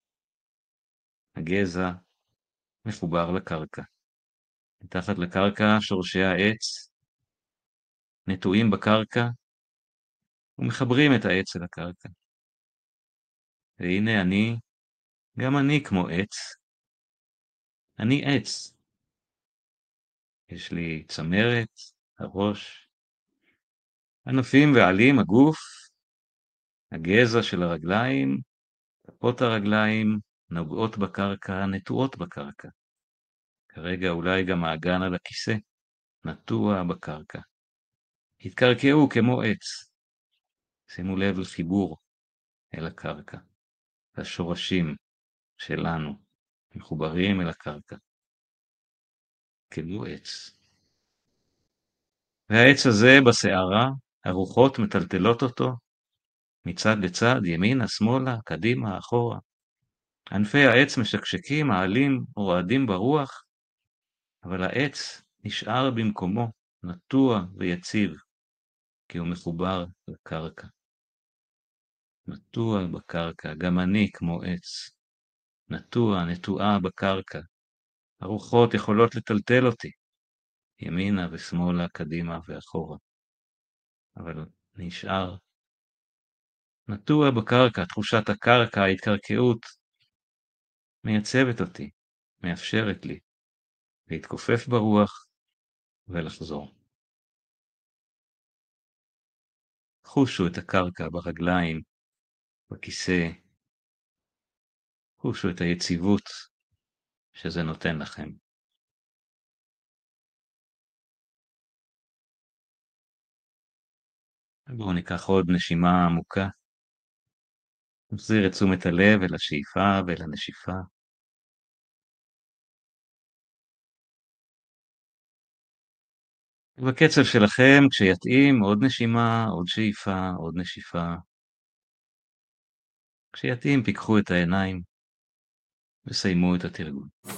הגזע מחובר לקרקע. מתחת לקרקע שורשי העץ נטועים בקרקע ומחברים את העץ אל הקרקע. והנה גם אני כמו עץ. אני עץ. יש לי צמרת, הראש, ענפים ועלים, הגוף, הגזע של הרגליים, כפות הרגליים נוגעות בקרקע, נטועות בקרקע. כרגע אולי גם האגן על הכיסא נטוע בקרקע. התקרקעו כמו עץ. שימו לב לחיבור אל הקרקע. השורשים שלנו מחוברים אל הקרקע. כמו עץ. והעץ הזה בסערה, הרוחות מטלטלות אותו, מצד לצד, ימינה, שמאלה, קדימה, אחורה. ענפי העץ משקשקים, העלים רועדים ברוח, אבל העץ נשאר במקומו, נטוע ויציב, כי הוא מחובר לקרקע. נטוע בקרקע, גם אני כמו עץ. נטועה בקרקע. הרוחות יכולות לטלטל אותי, ימינה ושמאלה, קדימה ואחורה. אבל נשאר נטוע בקרקע, תחושת הקרקע, ההתקרקעות, מייצבת אותי, מאפשרת לי להתכופף ברוח ולחזור. חושו את הקרקע ברגליים, בכיסא, חושו את היציבות שזה נותן לכם. בואו ניקח עוד נשימה עמוקה. נחזיר את תשומת הלב אל השאיפה ואל הנשיפה. בקצב שלכם, כשיתאים, עוד נשימה, עוד שאיפה, עוד נשיפה. כשיתאים, פיקחו את העיניים וסיימו את התרגול.